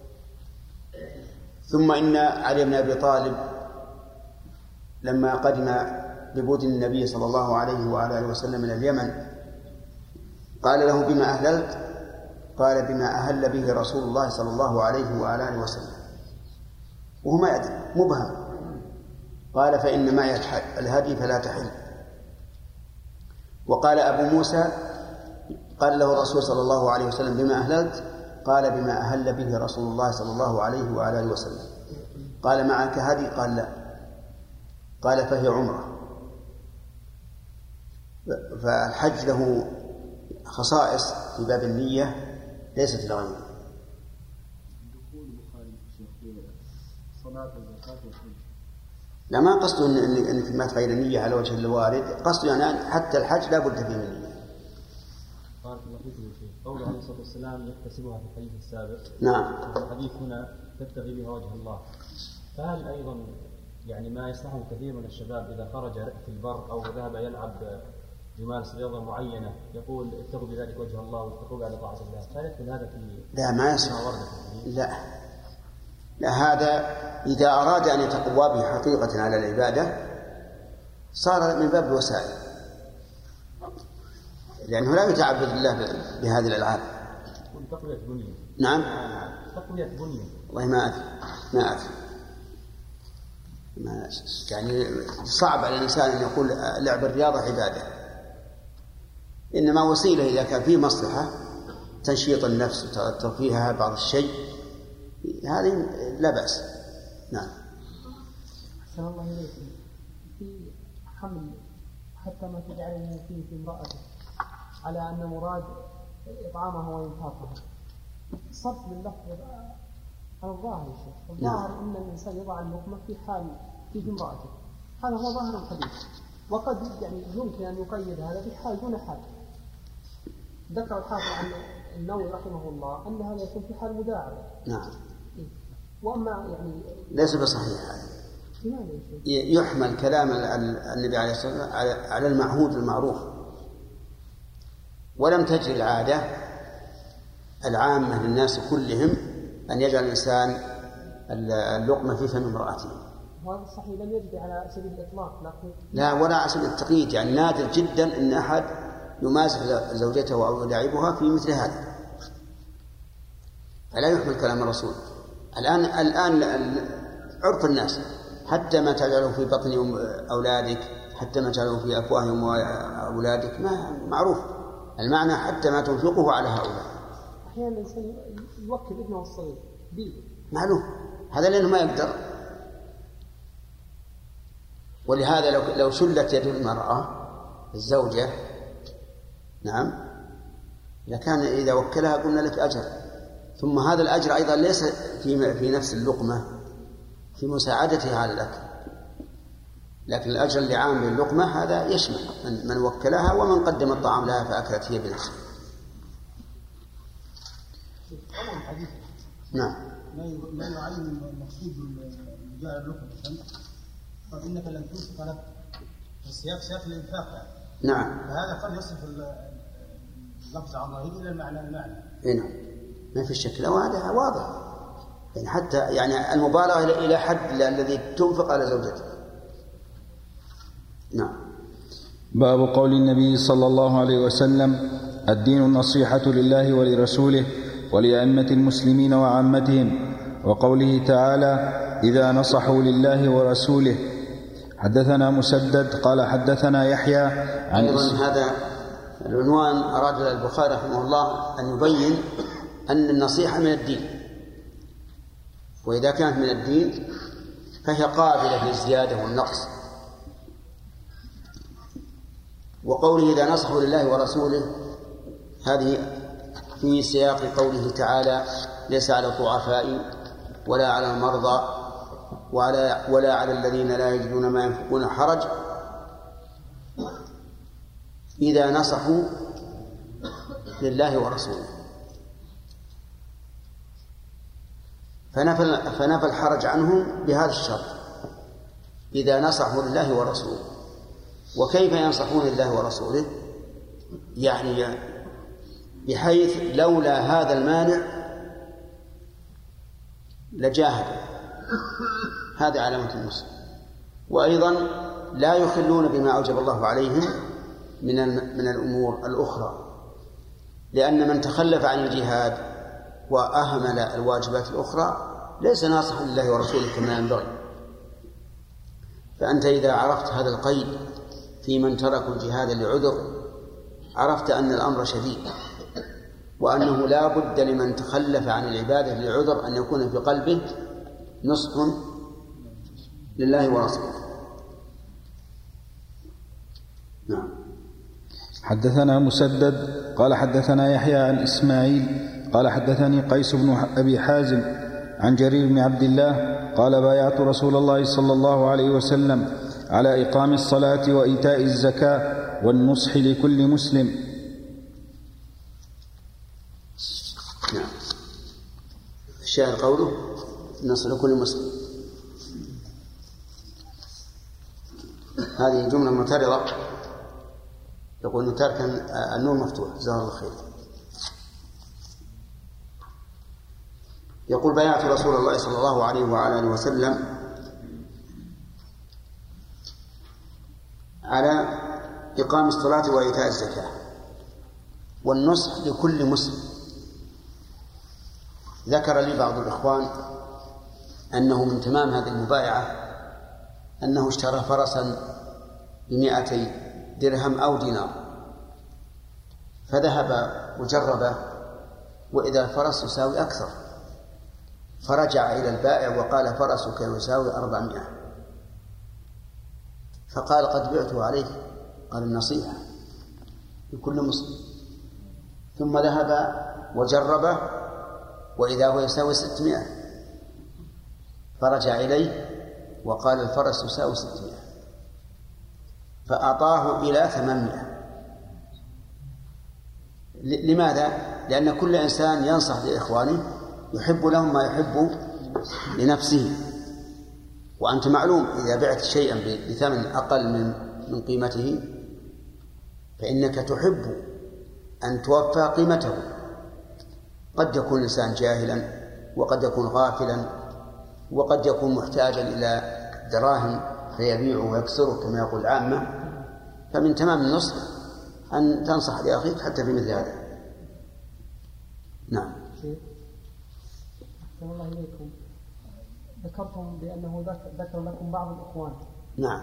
ثم إن علي بن أبي طالب لما قدم ببودن النبي صلى الله عليه وعلى آله وسلم إلى اليمن قال له بما أهللت؟ قال بما أهل به رسول الله صلى الله عليه وعلى آله وسلم، وهو ما يدري مبهم. قال فإن معي الهدي فلا تحل. وقال أبو موسى قال له الرسول صلى الله عليه وسلم بما أهللت؟ قال بما أهل به رسول الله صلى الله عليه وعلى آله وسلم. قال معك هدي؟ قال لا. قال فهي عمرة. فالحج له خصائص في باب النية ليست لغيره. لا، ما قصده أن ما تغير النية على وجه الوارد، قصده يعني حتى الحج لا بد فيه من النية. بارك الله فيكم يا شيخ. قوله عليه الصلاة والسلام يحتسبها في الحديث السابق. نعم. الحديث هنا تبتغي بها وجه الله، فهل أيضا يعني ما يصنعه كثير من الشباب إذا خرج في البر أو ذهب يلعب يمارس رياضة معينة يقول ابتغوا بذلك وجه الله واتقوا على طاعة الله، فهل يدخل هذا في؟ لا، ما يصح. لا، هذا إذا أراد أن يتقوى به حقيقة على العبادة صار من باب الوسائل، لأنه لا يتعبد الله بهذه الألعاب. تقوية بنية. نعم. تقوية بنية. والله ما أدري. يعني صعب على الإنسان أن يقول لعب الرياضة عبادة، إنما وسيلة إذا كان فيه مصلحة تنشيط النفس وترفيهها بعض الشيء، هذه لا بأس. نعم. أحسن الله إليكم. في حمل حتى ما تجعله فيه في امرأته على أن مراد إطعامها وإنفاقها، صرف لللفظ على الظاهر يا شيخ. الظاهر أن الإنسان يضع اللقمة في امرأته، هذا هو ظاهر الحديث، وقد يعني يمكن أن يقيد هذا بحال دون حال. ذكر الحافظ عن النووي رحمه الله أن هذا يكون في حال مداعبة. نعم. وأما يعني ليس بصحيح هذا. يحمل كلام النبي عليه الصلاة والسلام على المعهود المعروف، ولم تجري العادة العامة للناس كلهم أن يجعل الإنسان اللقمة في فم امرأته، وهذا الصحيح لم يرد على سبيل الإطلاق، لكن لا ولا على سبيل التقييد، يعني نادر جدا أن أحد يمازح زوجته أو يلاعبها في مثل هذا، فلا يحمل كلام الرسول. الآن عرف الناس حتى ما تجعله في بطن أولادك، حتى ما تجعله في أفواههم أولادك، ما معروف المعنى، حتى ما تنفقه على هؤلاء. أحيانا الإنسان يوكل ابنه الصغير بيده، معلوم هذا لأنه ما يقدر. ولهذا لو شلت يد المرأة الزوجة نعم لكان إذا وكلها قلنا لك أجر، ثم هذا الأجر أيضا ليس في نفس اللقمة، في مساعدتها على الأكل، لكن الأجر اللي عام باللقمة هذا يشمل من وكلها ومن قدم الطعام لها فأكلت هي بنفسها. نعم. لا يعين المقصود بالجاء اللقمة، فإنك لن تنفق لك سياق الإنفاق، نعم. فهذا قد يصف اللفظ عن ظاهره إلى المعنى. نعم ما في شك، وهذا واضح، يعني حتى يعني المبالغة إلى حد الذي تنفق على زوجته. نعم. باب قول النبي صلى الله عليه وسلم: الدين النصيحة لله ولرسوله ولأئمة المسلمين وعامتهم، وقوله تعالى: إذا نصحوا لله ورسوله. حدثنا مسدد قال حدثنا يحيى عن أيضا هذا العنوان أراد البخاري رحمه الله أن يبين أن النصيحة من الدين، وإذا كانت من الدين فهي قابلة للزيادة والنقص. وقوله إذا نصحوا لله ورسوله هذه في سياق قوله تعالى: ليس على الضعفاء ولا على المرضى ولا على الذين لا يجدون ما ينفقون حرج إذا نصحوا لله ورسوله. فنفى الحرج عنهم بهذا الشرط: إذا نصحوا لله ورسوله. وكيف ينصحون لله ورسوله؟ يعني بحيث لولا هذا المانع لجاهدوا، هذا علامة المسلم. وأيضا لا يخلون بما أوجب الله عليهم من الأمور الأخرى، لأن من تخلف عن الجهاد وأهمل الواجبات الأخرى ليس ناصحا لله ورسوله كما ينبغي. فأنت إذا عرفت هذا القيد في من تركوا الجهاد لعذر عرفت أن الأمر شديد، وأنه لا بد لمن تخلف عن العبادة لعذر أن يكون في قلبه نصح لله ورسوله. نعم. حدثنا مسدد قال حدثنا يحيى عن إسماعيل قال حدثني قيس بن أبي حازم عن جرير بن عبد الله قال: بايعت رسول الله صلى الله عليه وسلم على إقام الصلاة وإيتاء الزكاة والنصح لكل مسلم. نعم. الشاهد قوله: النصح لكل مسلم. هذه جملة معترضة، يقول إنه ترك النور مفتوح، جزاه الله خير. يقول: بايعت رسول الله صلى الله عليه وعلى آله وسلم على إقام الصلاة وإيتاء الزكاة والنصح لكل مسلم. ذكر لي بعض الإخوان أنه من تمام هذه المبايعة أنه اشترى فرسا ب200 درهم أو دينار، فذهب وجربه وإذا الفرس يساوي أكثر، فرجع إلى البائع وقال: فرسك يساوي 400. فقال: قد بعته عليه. قال: النصيحة لكل مسلم. ثم ذهب وجربه وإذا هو يساوي 600، فرجع إليه وقال: الفرس يساوي 600، فأعطاه إلى 800. لماذا؟ لأن كل إنسان ينصح لإخوانه يحب لهم ما يحب لنفسه. وأنت معلوم إذا بعت شيئا بثمن أقل من قيمته فإنك تحب أن توفى قيمته. قد يكون الإنسان جاهلا، وقد يكون غافلا، وقد يكون محتاجا إلى الدراهم فيبيع ويكسره كما يقول العامة، فمن تمام النصح أن تنصح لأخيك حتى في مثل هذا. نعم. الله إليكم، ذكرتم بأنه ذكر لكم بعض الإخوان. نعم.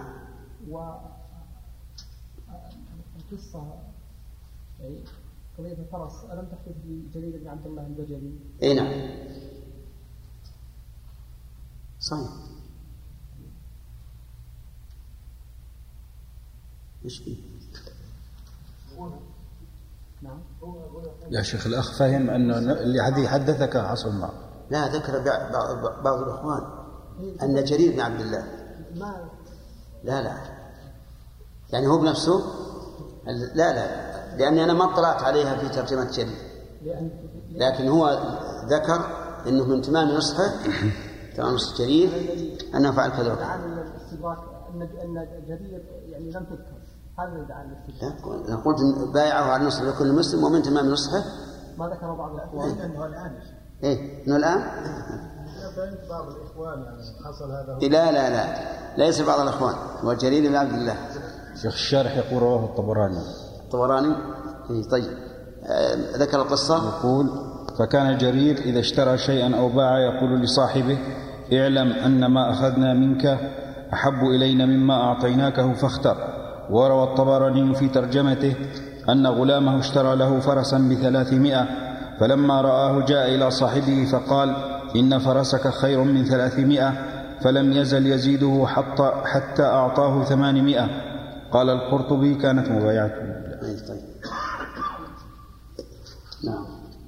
والقصة يعني قضية الفرس ألم تحدث بجرير بن عبد الله البجلي؟ إيه نعم صحيح. إيش فيه؟ نعم. يا شيخ الأخ فهم أنه الذي حدثك حصل معه. لا، ذكر بعض الإخوان أن جرير بن عبد الله لا يعني هو بنفسه لا لأني أنا ما اطلعت عليها في ترجمة جرير، لكن هو ذكر أنه من تمام نصحه تمام نصح جرير أنه فعل كذا وكذا. أن جرير يعني لم تذكر، هذا يدعى الاستدراك. أنا قلت بايعه على النصح لكل مسلم ومن تمام نصحه ما ذكر بعض الإخوان أنه الآن إنه الآن بعض الإخوان يعني حصل هذا. لا ليس بعض الإخوان، هو جرير بن عبد الله. شيخ الشارح يقول رواه الطبراني. طيب ذكر القصة. يقول: فكان جرير إذا اشترى شيئا أو باع يقول لصاحبه: اعلم أن ما أخذنا منك أحب إلينا مما أعطيناكه فاختر. وروى الطبراني في ترجمته أن غلامه اشترى له فرسا ب300، فلما رآه جاء إلى صاحبه فقال: إن فرسك خير من 300، فلم يزل يزيده حتى أعطاه 800. قال القرطبي: كانت مبايعته. طيب. نعم.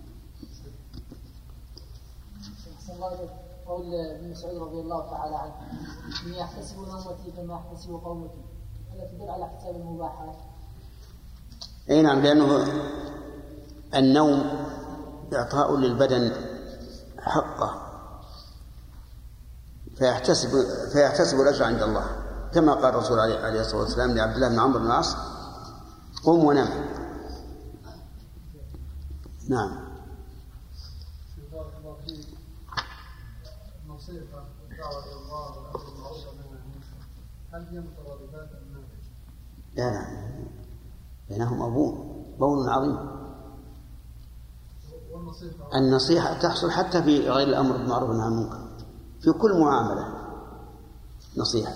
قول ابن مسعود رضي الله تعالى عنه: إني يحتسب نومتي كما يحتسب قومتي، هل تدل على احتساب المباحات؟ أي نعم، لأنه النوم إعطاء للبدن حقه، فيحتسب الأجر عند الله، كما قال الرسول عليه الصلاة والسلام لعبد الله بن عمرو بن العاص: قم ونم. نعم. النصيحة والدعوة إلى الله والأمر بالمعروف والنهي عن المنكر هل هي مترادفات أم لا؟ لا بينهم بون عظيم. النصيحة تحصل حتى في غير الأمر بالمعروف والنهي عن المنكر، في كل معاملة نصيحة.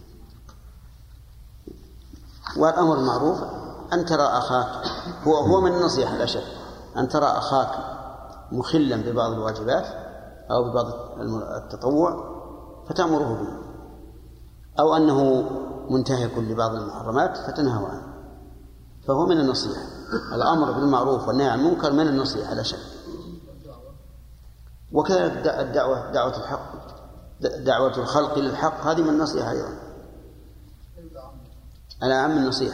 والأمر المعروف أن ترى أخاك، هو من النصيحة لا شك، أن ترى أخاك مخلا ببعض الواجبات أو ببعض التطوع فتأمره به، أو أنه منتهك لبعض المحرمات فتنهى عنه، فهو من النصيحة. الأمر بالمعروف والنهي عن المنكر من النصيحة لا شك. وكذلك دعوة الحق، دعوة الخلق للحق، هذه من النصيحة أيضا، الأعم النصيحة.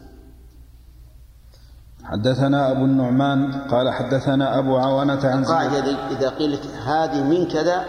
حدثنا أبو النعمان قال حدثنا أبو عوانة عن القاعدة إذا قيلت هذه من كذا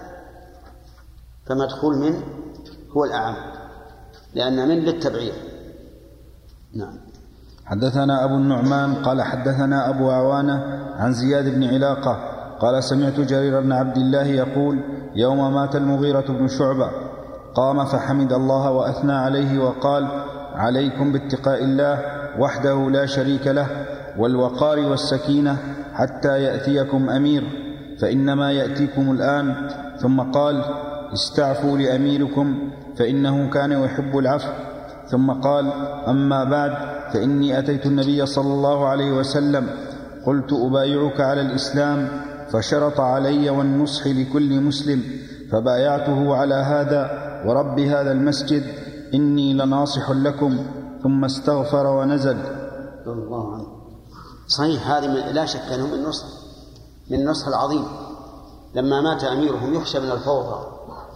فمدخول من هو الأعم، لأن من للتبعير. نعم. حدثنا أبو النعمان قال حدثنا أبو عوانة عن زياد بن علاقة قال سمعت جرير بن عبد الله يقول: يوم مات المغيرة بن شعبة قام فحمد الله وأثنى عليه وقال: عليكم باتقاء الله وحده لا شريك له والوقار والسكينة حتى يأتيكم أمير، فإنما يأتيكم الآن. ثم قال: استعفوا لأميركم فإنه كان يحب العفو. ثم قال: أما بعد، فإني أتيت النبي صلى الله عليه وسلم قلت: أبايعك على الإسلام، فشرط علي والنصح لكل مسلم، فبايعته على هذا ورب هذا المسجد إني لناصح لكم. ثم استغفر ونزل. الله عنه. صحيح، هذه لا شك أنه من النصح العظيم. لما مات أميرهم يخشى من الفوضى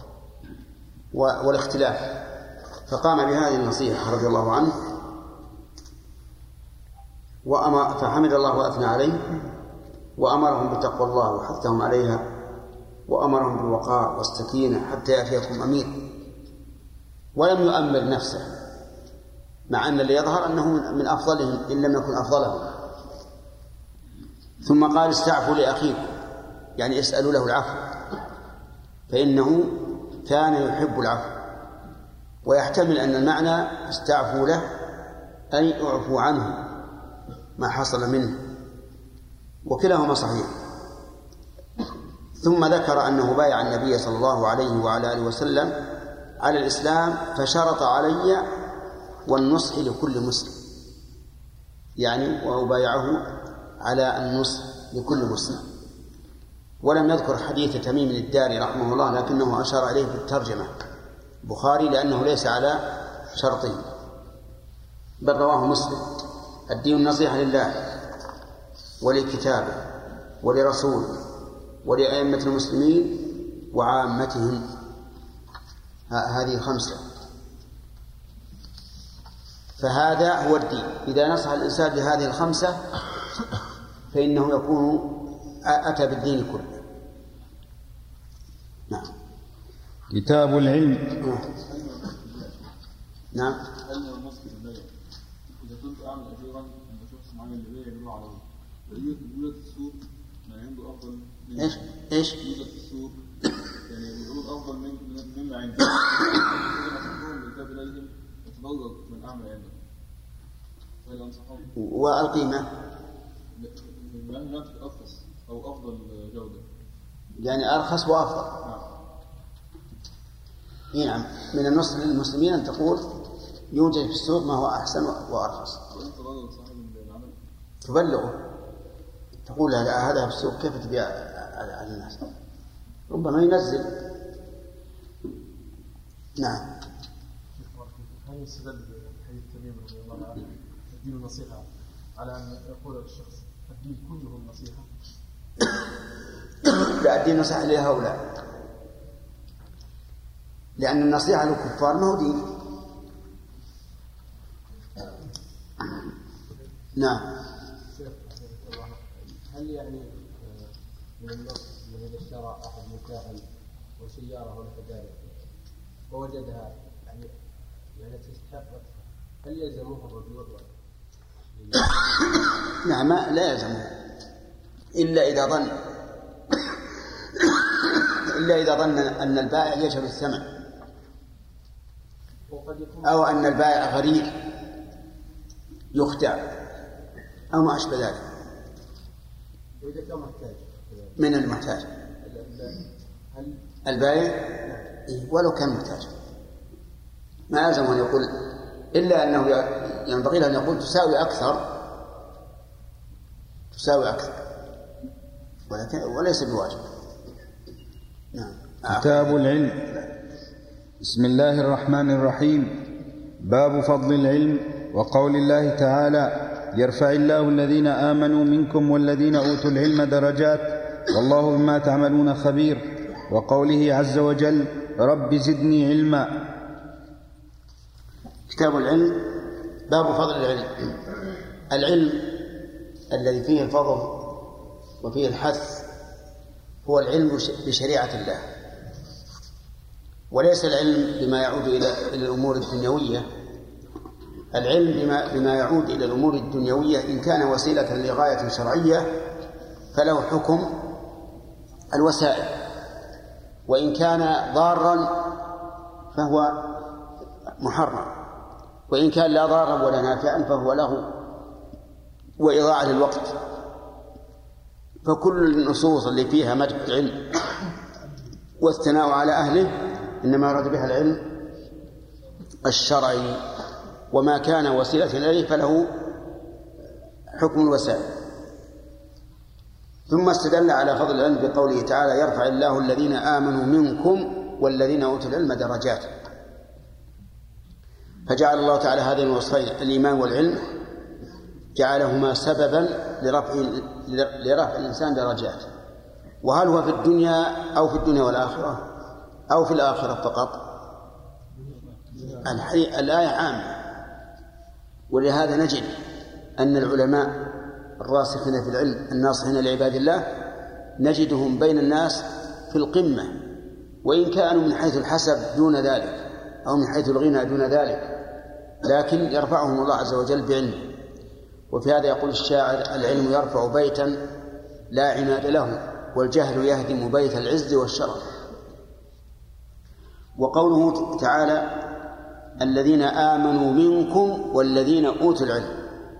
والاختلاف، فقام بهذه النصيحة رضي الله عنه، فحمد الله وأثنى عليه، وأمرهم بتقوى الله وحثهم عليها، وأمرهم بالوقار والسكينة حتى يأتيكم أمير، ولم يؤمل نفسه، مع أن اللي يظهر أنه من أفضلهم إن لم يكن أفضلهم. ثم قال: استعفوا لأخيكم، يعني اسألوا له العفو، فإنه كان يحب العفو. ويحتمل أن المعنى استعفوا له أي اعفوا عنه ما حصل منه، وكلاهما صحيح. ثم ذكر أنه بايع النبي صلى الله عليه وعلى آله وسلم على الإسلام فشرط علي والنصح لكل مسلم، يعني وأبايعه على النصح لكل مسلم. ولم يذكر حديث تميم الداري رحمه الله، لكنه أشار إليه بالترجمة البخاري لأنه ليس على شرطه، بل رواه مسلم: الدين النصيحة لله ولكتابه ولرسوله ولأئمة المسلمين وعامتهم. هذه 5. فهذا هو الدين. إذا نصح الإنسان بهذه 5 فإنه يكون أتى بالدين كله. نعم. كتاب العلم. نعم. إذا كنت أعمل أجيرا عند شخص معين اللي بيع على يوجد في السوق ما عنده أفضل من إيش؟ يوجد في السوق يعني بيقولون أفضل مما عندي. كتاب إليهم يتضرر من أعمل عنده. فهل أنصحهم؟ والقيمة؟ هناك أرخص أو أفضل جودة. يعني أرخص وأفضل. نعم. من النصح للمسلمين أن تقول يوجد في السوق ما هو أحسن وأرخص. تبلغه، تقول هذا في السوق كيف تبيع على الناس، ربما ينزل. نعم. هل يستدل حديث تميم رضي الله عنه الدين النصيحة على أن يقول الشخص الدين كله النصيحة؟ لا، الدين نصيحة لهؤلاء، لأن النصيحة للكفار ما هو دين. نعم. هل يعني من النص من إذا اشترى أحد متاعا وسيارة ونحو ذلك ووجدها يعني تستحق، هل يلزمه الرجوع؟ نعم، لا يلزمه إلا إذا ظن أن البائع يجهل الثمن، أو أن البائع غريب يخدع أو ما أشبه ذلك. وإذا كان محتاج من المحتاج البائع ولو كان محتاج ما يلزم أن يقول، إلا أنه ينبغي له أن يقول تساوي أكثر، وليس بواجب. نعم. كتاب العلم. بسم الله الرحمن الرحيم. باب فضل العلم وقول الله تعالى: يرفع الله الذين آمنوا منكم والذين أوتوا العلم درجات والله بما تعملون خبير. وقوله عز وجل: رب زدني علما. كتاب العلم. باب فضل العلم. العلم الذي فيه الفضل وفيه الحث هو العلم بشريعة الله، وليس العلم بما يعود إلى الأمور الدنيوية. العلم بما يعود إلى الأمور الدنيوية إن كان وسيلة لغاية شرعية فله حكم الوسائل، وإن كان ضارا فهو محرم، وإن كان لا ضارا ولا نافعا فهو له وإضاعة للوقت. فكل النصوص اللي فيها مدح العلم والثناء على أهله إنما أراد بها العلم الشرعي، وما كان وسيلة إليه فله حكم الوسائل. ثم استدل على فضل العلم بقوله تعالى: يرفع الله الذين آمنوا منكم والذين أوتوا العلم درجات. فجعل الله تعالى هذين الوصفين الإيمان والعلم جعلهما سببا لرفع الإنسان درجات. وهل هو في الدنيا أو في الدنيا والآخرة أو في الآخرة فقط؟ الآية عامة، ولهذا نجد أن العلماء الراسخين في العلم الناصحين لعباد الله نجدهم بين الناس في القمة، وإن كانوا من حيث الحسب دون ذلك أو من حيث الغنى دون ذلك، لكن يرفعهم الله عز وجل بعلمه. وفي هذا يقول الشاعر: العلم يرفع بيتا لا عناد له والجهل يهدم بيت العز والشرف. وقوله تعالى: الذين آمنوا منكم والذين أوتوا العلم،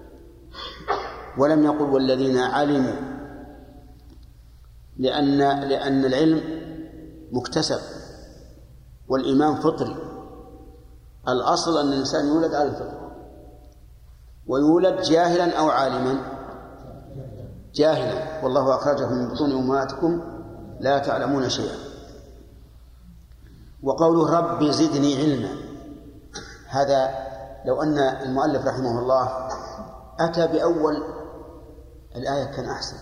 ولم يقل والذين علموا، لأن العلم مكتسب والإيمان فطري. الأصل أن الإنسان يولد على الفطرة، ويولد جاهلا أو عالما. جاهلا، والله أخرجكم من بطون أمهاتكم لا تعلمون شيئا. وقوله رب زدني علما، هذا لو أن المؤلف رحمه الله أتى بأول الآية كان أحسن،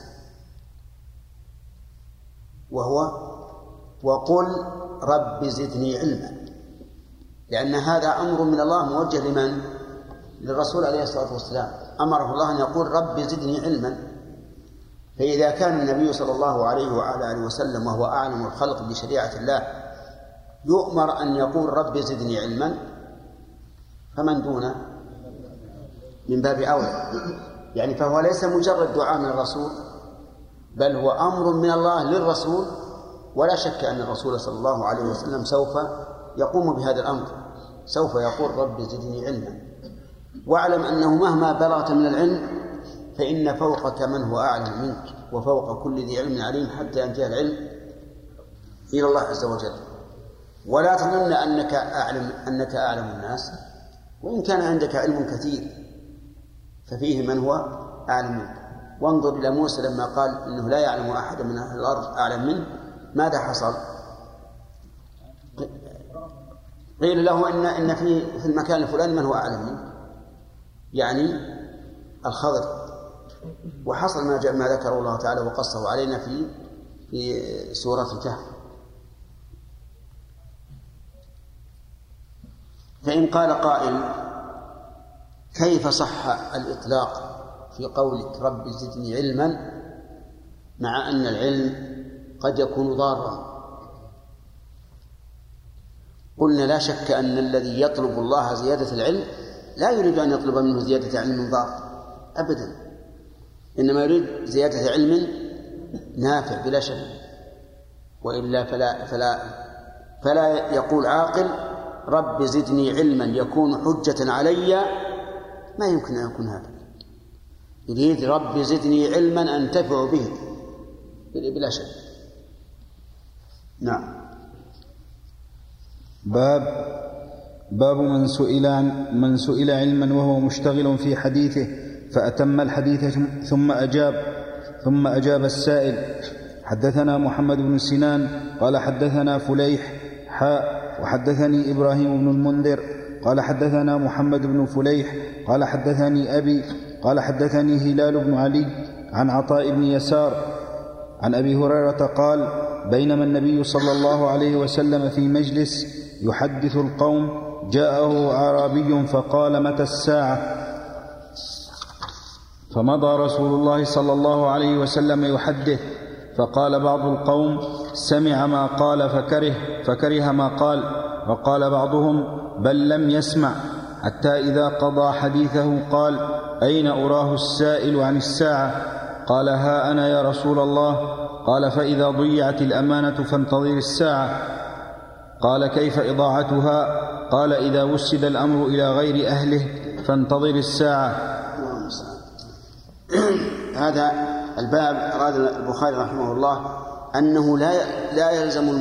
وهو وقل رب زدني علما، لأن هذا أمر من الله موجه لمن؟ للرسول عليه الصلاة والسلام، أمره الله أن يقول رب زدني علما. فإذا كان النبي صلى الله عليه وعلى آله وسلم وهو أعلم الخلق بشريعة الله يؤمر أن يقول رب زدني علما، فمن دونه من باب أولى. يعني فهو ليس مجرد دعاء من الرسول، بل هو أمر من الله للرسول، ولا شك أن الرسول صلى الله عليه وسلم سوف يقوم بهذا الأمر، سوف يقول رب زدني علما. واعلم أنه مهما بلغت من العلم فإن فوقك من هو أعلم منك، وفوق كل ذي علم عليم، حتى ينتهي العلم إلى الله عز وجل. ولا تظن أنك أعلم الناس، وإن كان عندك علم كثير ففيه من هو أعلم منك. وانظر إلى موسى لما قال إنه لا يعلم أحد من أهل الأرض أعلم منه، ماذا حصل؟ قيل له إن في المكان الفلاني من هو أعلم منه، يعني الخضر. وحصل ما ذكر الله تعالى وقصه علينا في سورة الكهف. فإن قال قائل كيف صح الإطلاق في قولك رب زدني علما مع أن العلم قد يكون ضارا؟ قلنا لا شك أن الذي يطلب الله زيادة العلم لا يريد أن يطلب منه زيادة علم ضار أبدا، إنما يريد زيادة علم نافع بلا شك. وإلا فلا يقول عاقل رب زدني علما يكون حجة علي، ما يمكن أن يكون هذا. يريد رب زدني علما أنتفع به بلا شك. نعم. باب من سئل علما وهو مشتغل في حديثه فأتم الحديث ثم أجاب السائل. حدثنا محمد بن سنان قال حدثنا فليح وحدثني إبراهيم بن المنذر قال حدثنا محمد بن فليح قال حدثني أبي قال حدثني هلال بن علي عن عطاء بن يسار عن أبي هريرة قال بينما النبي صلى الله عليه وسلم في مجلس يحدث القوم جاءه أعرابي فقال متى الساعة؟ فمضى رسول الله صلى الله عليه وسلم يحدث، فقال بعض القوم سمع ما قال فكره ما قال، وقال بعضهم بل لم يسمع، حتى إذا قضى حديثه قال أين أراه السائل عن الساعة؟ قال ها أنا يا رسول الله. قال فإذا ضيعت الأمانة فانتظر الساعة. قال كيف إضاعتها؟ قال إذا وسد الأمر إلى غير أهله فانتظر الساعة. هذا الباب أراد البخاري رحمه الله أنه لا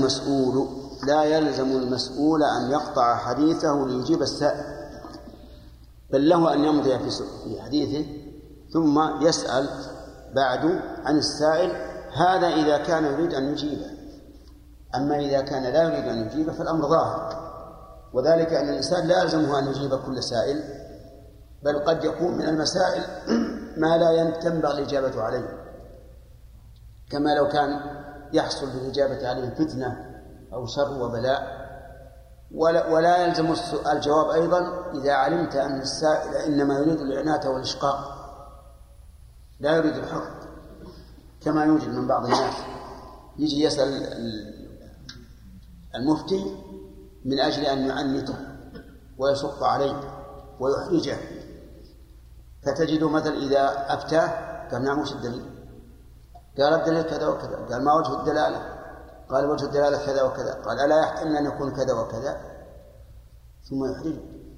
يلزم المسؤول أن يقطع حديثه ليجيب السائل، بل له أن يمضي في حديثه ثم يسأل بعد عن السائل. هذا إذا كان يريد أن يجيبه، أما إذا كان لا يريد أن يجيبه فالأمر ظاهر، وذلك أن الإنسان لا يلزمه أن يجيب كل سائل، بل قد يكون من المسائل ما لا ينبغي الإجابة عليه، كما لو كان يحصل بالإجابة عليه فتنة أو شر وبلاء. ولا يلزم الجواب أيضا إذا علمت أن السائل إنما يريد الإعنات والإشقاق، لا يريد الحق، كما يوجد من بعض الناس يجي يسأل المفتي من أجل أن يعنته ويشق عليه ويحرجه، فتجد مثل إذا أفتاه قال نعم وش الدليل؟ قال الدليل كذا وكذا. قال ما وجه الدلالة؟ قال وجه الدلالة كذا وكذا. قال ألا يحتمل أن يكون كذا وكذا؟ ثم يحرجه.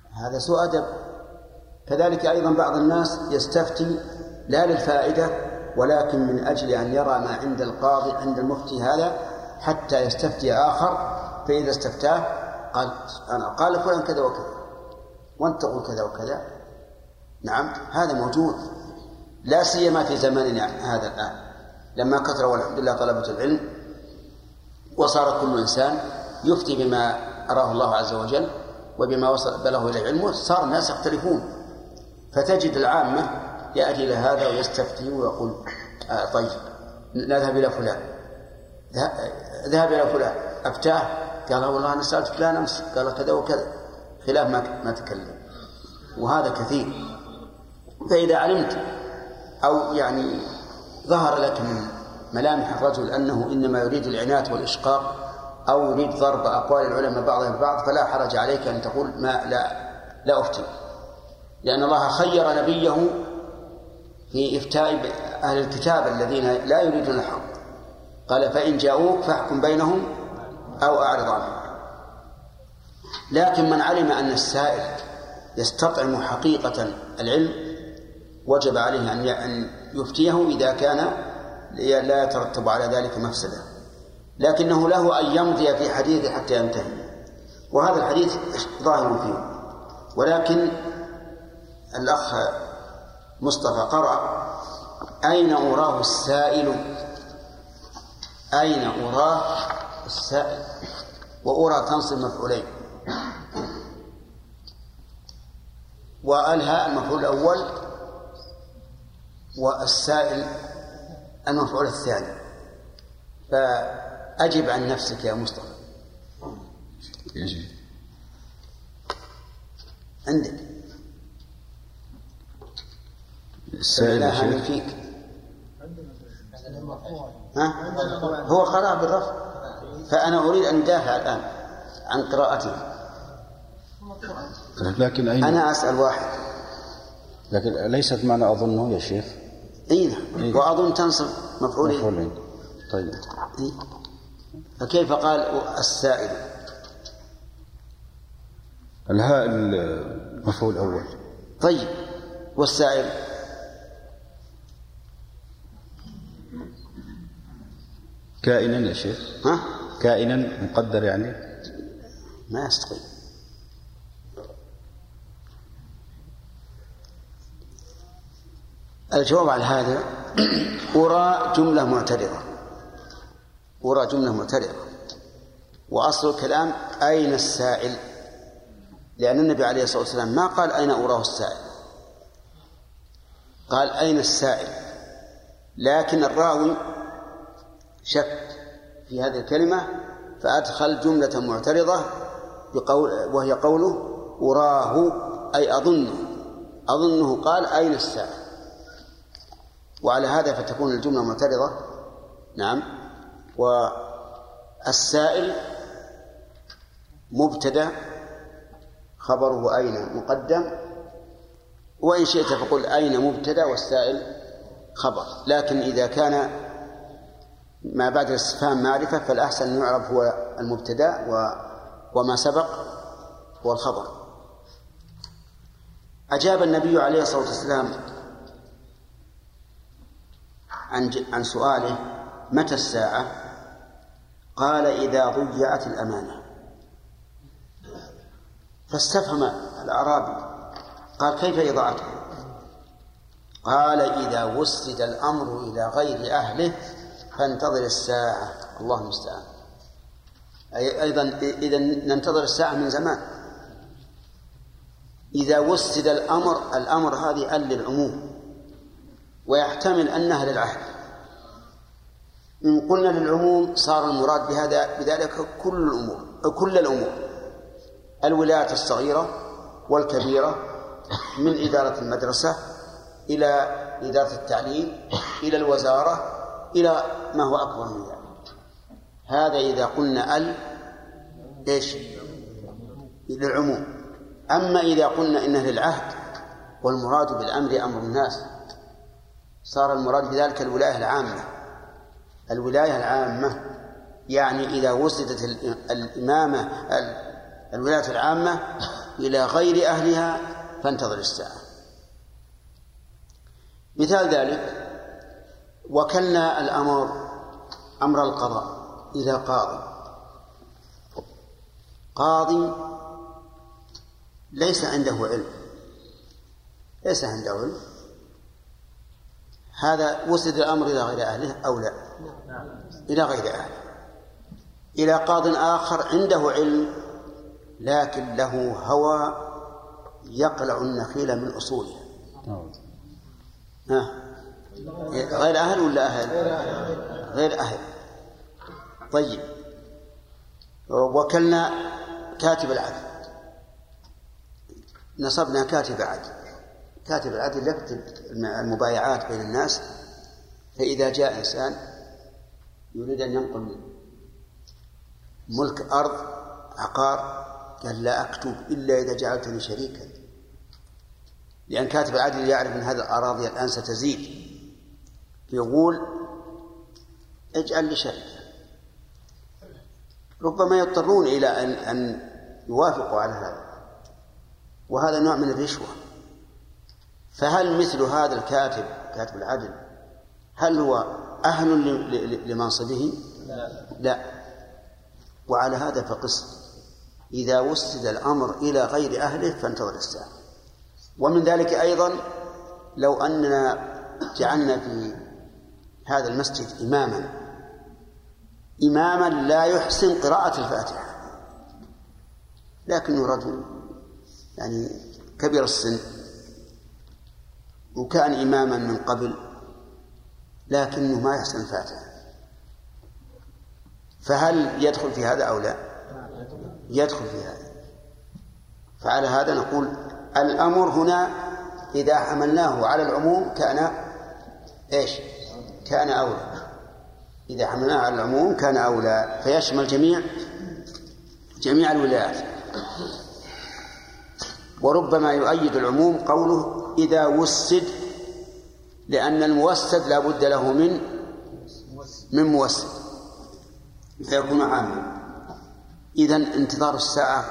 هذا سوء أدب. كذلك أيضا بعض الناس يستفتي لا للفائدة ولكن من أجل أن يرى ما عند القاضي عند المفتي هذا حتى يستفتي آخر، فإذا استفتاه قال فلان كذا وكذا وأنت تقول كذا وكذا. نعم هذا موجود، لا سيما في زماننا هذا الآن لما كثر والحمد لله طلبة العلم وصار كل إنسان يفتي بما أراه الله عز وجل وبما وصل بله إلى علمه. صار الناس يختلفون، فتجد العامة يأتي إلى هذا ويستفتي ويقول طيب نذهب إلى فلان، ذهب إلى فلان أفتاه قال والله أنا سألت فلان أمس قال كذا وكذا، خلاف ما تكلم. وهذا كثير. فإذا علمت أو يعني ظهر لك من ملامح الرجل أنه إنما يريد العنات والإشقاق أو يريد ضرب أقوال العلماء بعضها البعض، فلا حرج عليك أن تقول لا أفتي، لأن الله خير نبيه في إفتاء أهل الكتاب الذين لا يريدون الحق، قال فإن جاءوك فاحكم بينهم أو أعرض عنهم. لكن من علم أن السائل يستطعم حقيقة العلم وجب عليه أن يفتيه إذا كان لا يترتب على ذلك مفسدة، لكنه له أن يمضي في حديثه حتى ينتهي، وهذا الحديث ظاهر فيه. ولكن الأخ مصطفى قرأ أين أراه السائل، أين أراه السائل، وأرى تنصب مفعولين، وألها المفعول الأول والسائل المفعول الثاني. فأجب عن نفسك يا مصطفى. عندك السائل فيك هو قرأ بالرفع، فأنا أريد أن أدافع الآن عن قراءته. لكن أنا أسأل واحد، لكن ليست معنى أظنه يا شيخ. إيه وأظن تنصب مفعولين. طيب إيه؟ فكيف قال السائل؟ الهاء المفعول الأول. طيب والسائل كائنا يا شيخ. كائنا مقدر يعني ما يستقيم. الجواب على هذا أرى جملة معترضة، وأصل الكلام أين السائل، لأن النبي عليه الصلاة والسلام ما قال أين أراه السائل، قال أين السائل، لكن الراوي شك في هذه الكلمة فأدخل جملة معترضة وهي قوله أراه أي أظنه قال أين السائل، وعلى هذا فتكون الجملة معترضة. نعم. والسائل مبتدأ خبره أين مقدم، وإن شئت فقل أين مبتدأ والسائل خبر، لكن إذا كان ما بعد الاستفهام معرفة فالأحسن أن يعرف هو المبتدأ وما سبق هو الخبر. أجاب النبي عليه الصلاة والسلام عن سؤاله متى الساعة، قال إذا ضيعت الأمانة. فاستفهم الأعرابي قال كيف إضاعتها؟ قال إذا وسد الأمر إلى غير أهله فانتظر الساعة، الله المستعان. أيضا إذا ننتظر الساعة من زمان. إذا وسد الأمر هذه للعموم، ويحتمل أنها للعهد. إن قلنا للعموم صار المراد بذلك كل الأمور، الولايات الصغيرة والكبيرة، من إدارة المدرسة إلى إدارة التعليم إلى الوزارة إلى ما هو أكبر من ذلك. هذا إذا قلنا إيش؟ للعموم. أما إذا قلنا إنه للعهد والمراد بالأمر أمر الناس، صار المراد بذلك الولاية العامة، يعني إذا وسدت الولاية العامة إلى غير أهلها فانتظر الساعة. مثال ذلك: وكلنا أمر القضاء إلى قاضي ليس عنده علم، هذا وسد الأمر إلى غير أهله أو لا؟ إلى غير أهله. إلى قاض آخر عنده علم لكن له هوى يقلع النخيل من أصولها. غير أهل ولا أهل؟ غير أهل. طيب، وكلنا كاتب العدل، نصبنا كاتب العدل يكتب المبايعات بين الناس، فإذا جاء إنسان يريد أن ينقل ملك أرض عقار قال: لا أكتب إلا إذا جعلتني شريكا، لأن كاتب العدل يعرف أن هذه الأراضي الآن ستزيد، يقول: اجعل لي شريكا. ربما يضطرون إلى أن يوافقوا على هذا، وهذا نوع من الرشوة. فهل مثل هذا كاتب العدل هل هو أهل لمنصبه؟ لا. وعلى هذا فقس: إذا وسد الأمر إلى غير أهله فانتظر الساعة. ومن ذلك أيضا لو أننا جعلنا في هذا المسجد إماما لا يحسن قراءة الفاتحة، لكنه رجل يعني كبير السن وكان إماما من قبل لكنه ما يحسن الفاتحة، فهل يدخل في هذا أو لا؟ يدخل في هذا. فعلى هذا نقول الأمر هنا إذا حملناه على العموم كان أولى. إذا حملناه على العموم كان أولى، فيشمل جميع الولايات. وربما يؤيد العموم قوله إذا وسد، لأن الموسد لا بد له من موسد فيكون عاما. إذن انتظار الساعة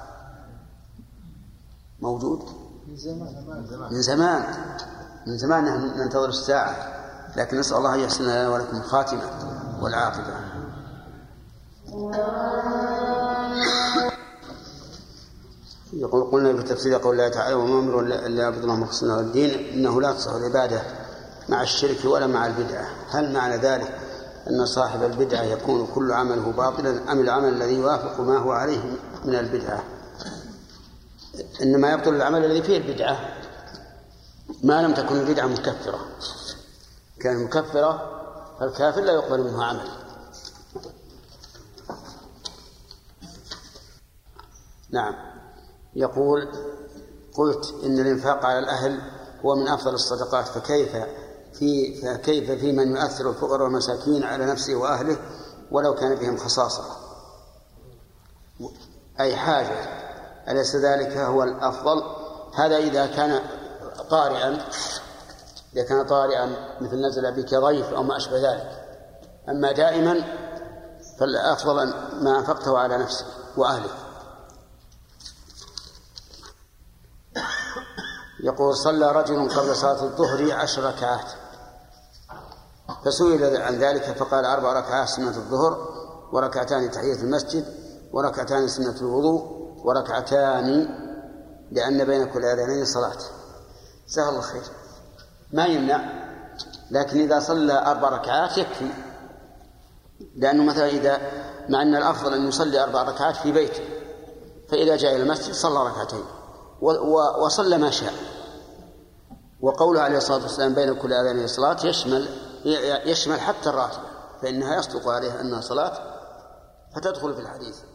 موجود من زمان نحن ننتظر الساعة، لكن نسأل الله أن يحسن لنا ولكم الخاتمة والعاقبة. يقول: قلنا بتفسير قول الله تعالى: وما أمروا إلا يعبدوا الله مخلصين له الدين إنه لا تصح العبادة مع الشرك ولا مع البدعة. هل معنى ذلك أن صاحب البدعة يكون كل عمله باطلا أم العمل الذي يوافق ما هو عليه من البدعة؟ إنما يبطل العمل الذي فيه البدعة ما لم تكن البدعة مكفرة. كان مكفرة فالكافر لا يقبل منه عمل. نعم. يقول: قلت إن الإنفاق على الأهل هو من أفضل الصدقات، فكيف في من يؤثر الفقراء والمساكين على نفسه وأهله ولو كان بهم خصاصة أي حاجة؟ أليس ذلك هو الأفضل؟ هذا إذا كان طارئا مثل نزل بك ضيف أو ما أشبه ذلك. أما دائما فالأفضل ما أنفقته على نفسه وأهله. يقول: صلى رجل قبل صلاة الظهر 10 ركعات، فسئل عن ذلك فقال: 4 ركعات سنة الظهر، وركعتان تحية المسجد، وركعتان سنة الوضوء، وركعتان لأن بين كل أذانين صلاة. جزاه الله خير، ما يمنع، لكن إذا صلى 4 ركعات يكفي، لأنه مثلا مع أن الأفضل أن يصلي 4 ركعات في بيته، فإذا جاء إلى المسجد صلى ركعتين وصلى ما شاء. وقوله عليه الصلاة والسلام بين كل أذانين صلاة يشمل حتى الراتبة، فإنها يصدق عليها أنها صلاة فتدخل في الحديث.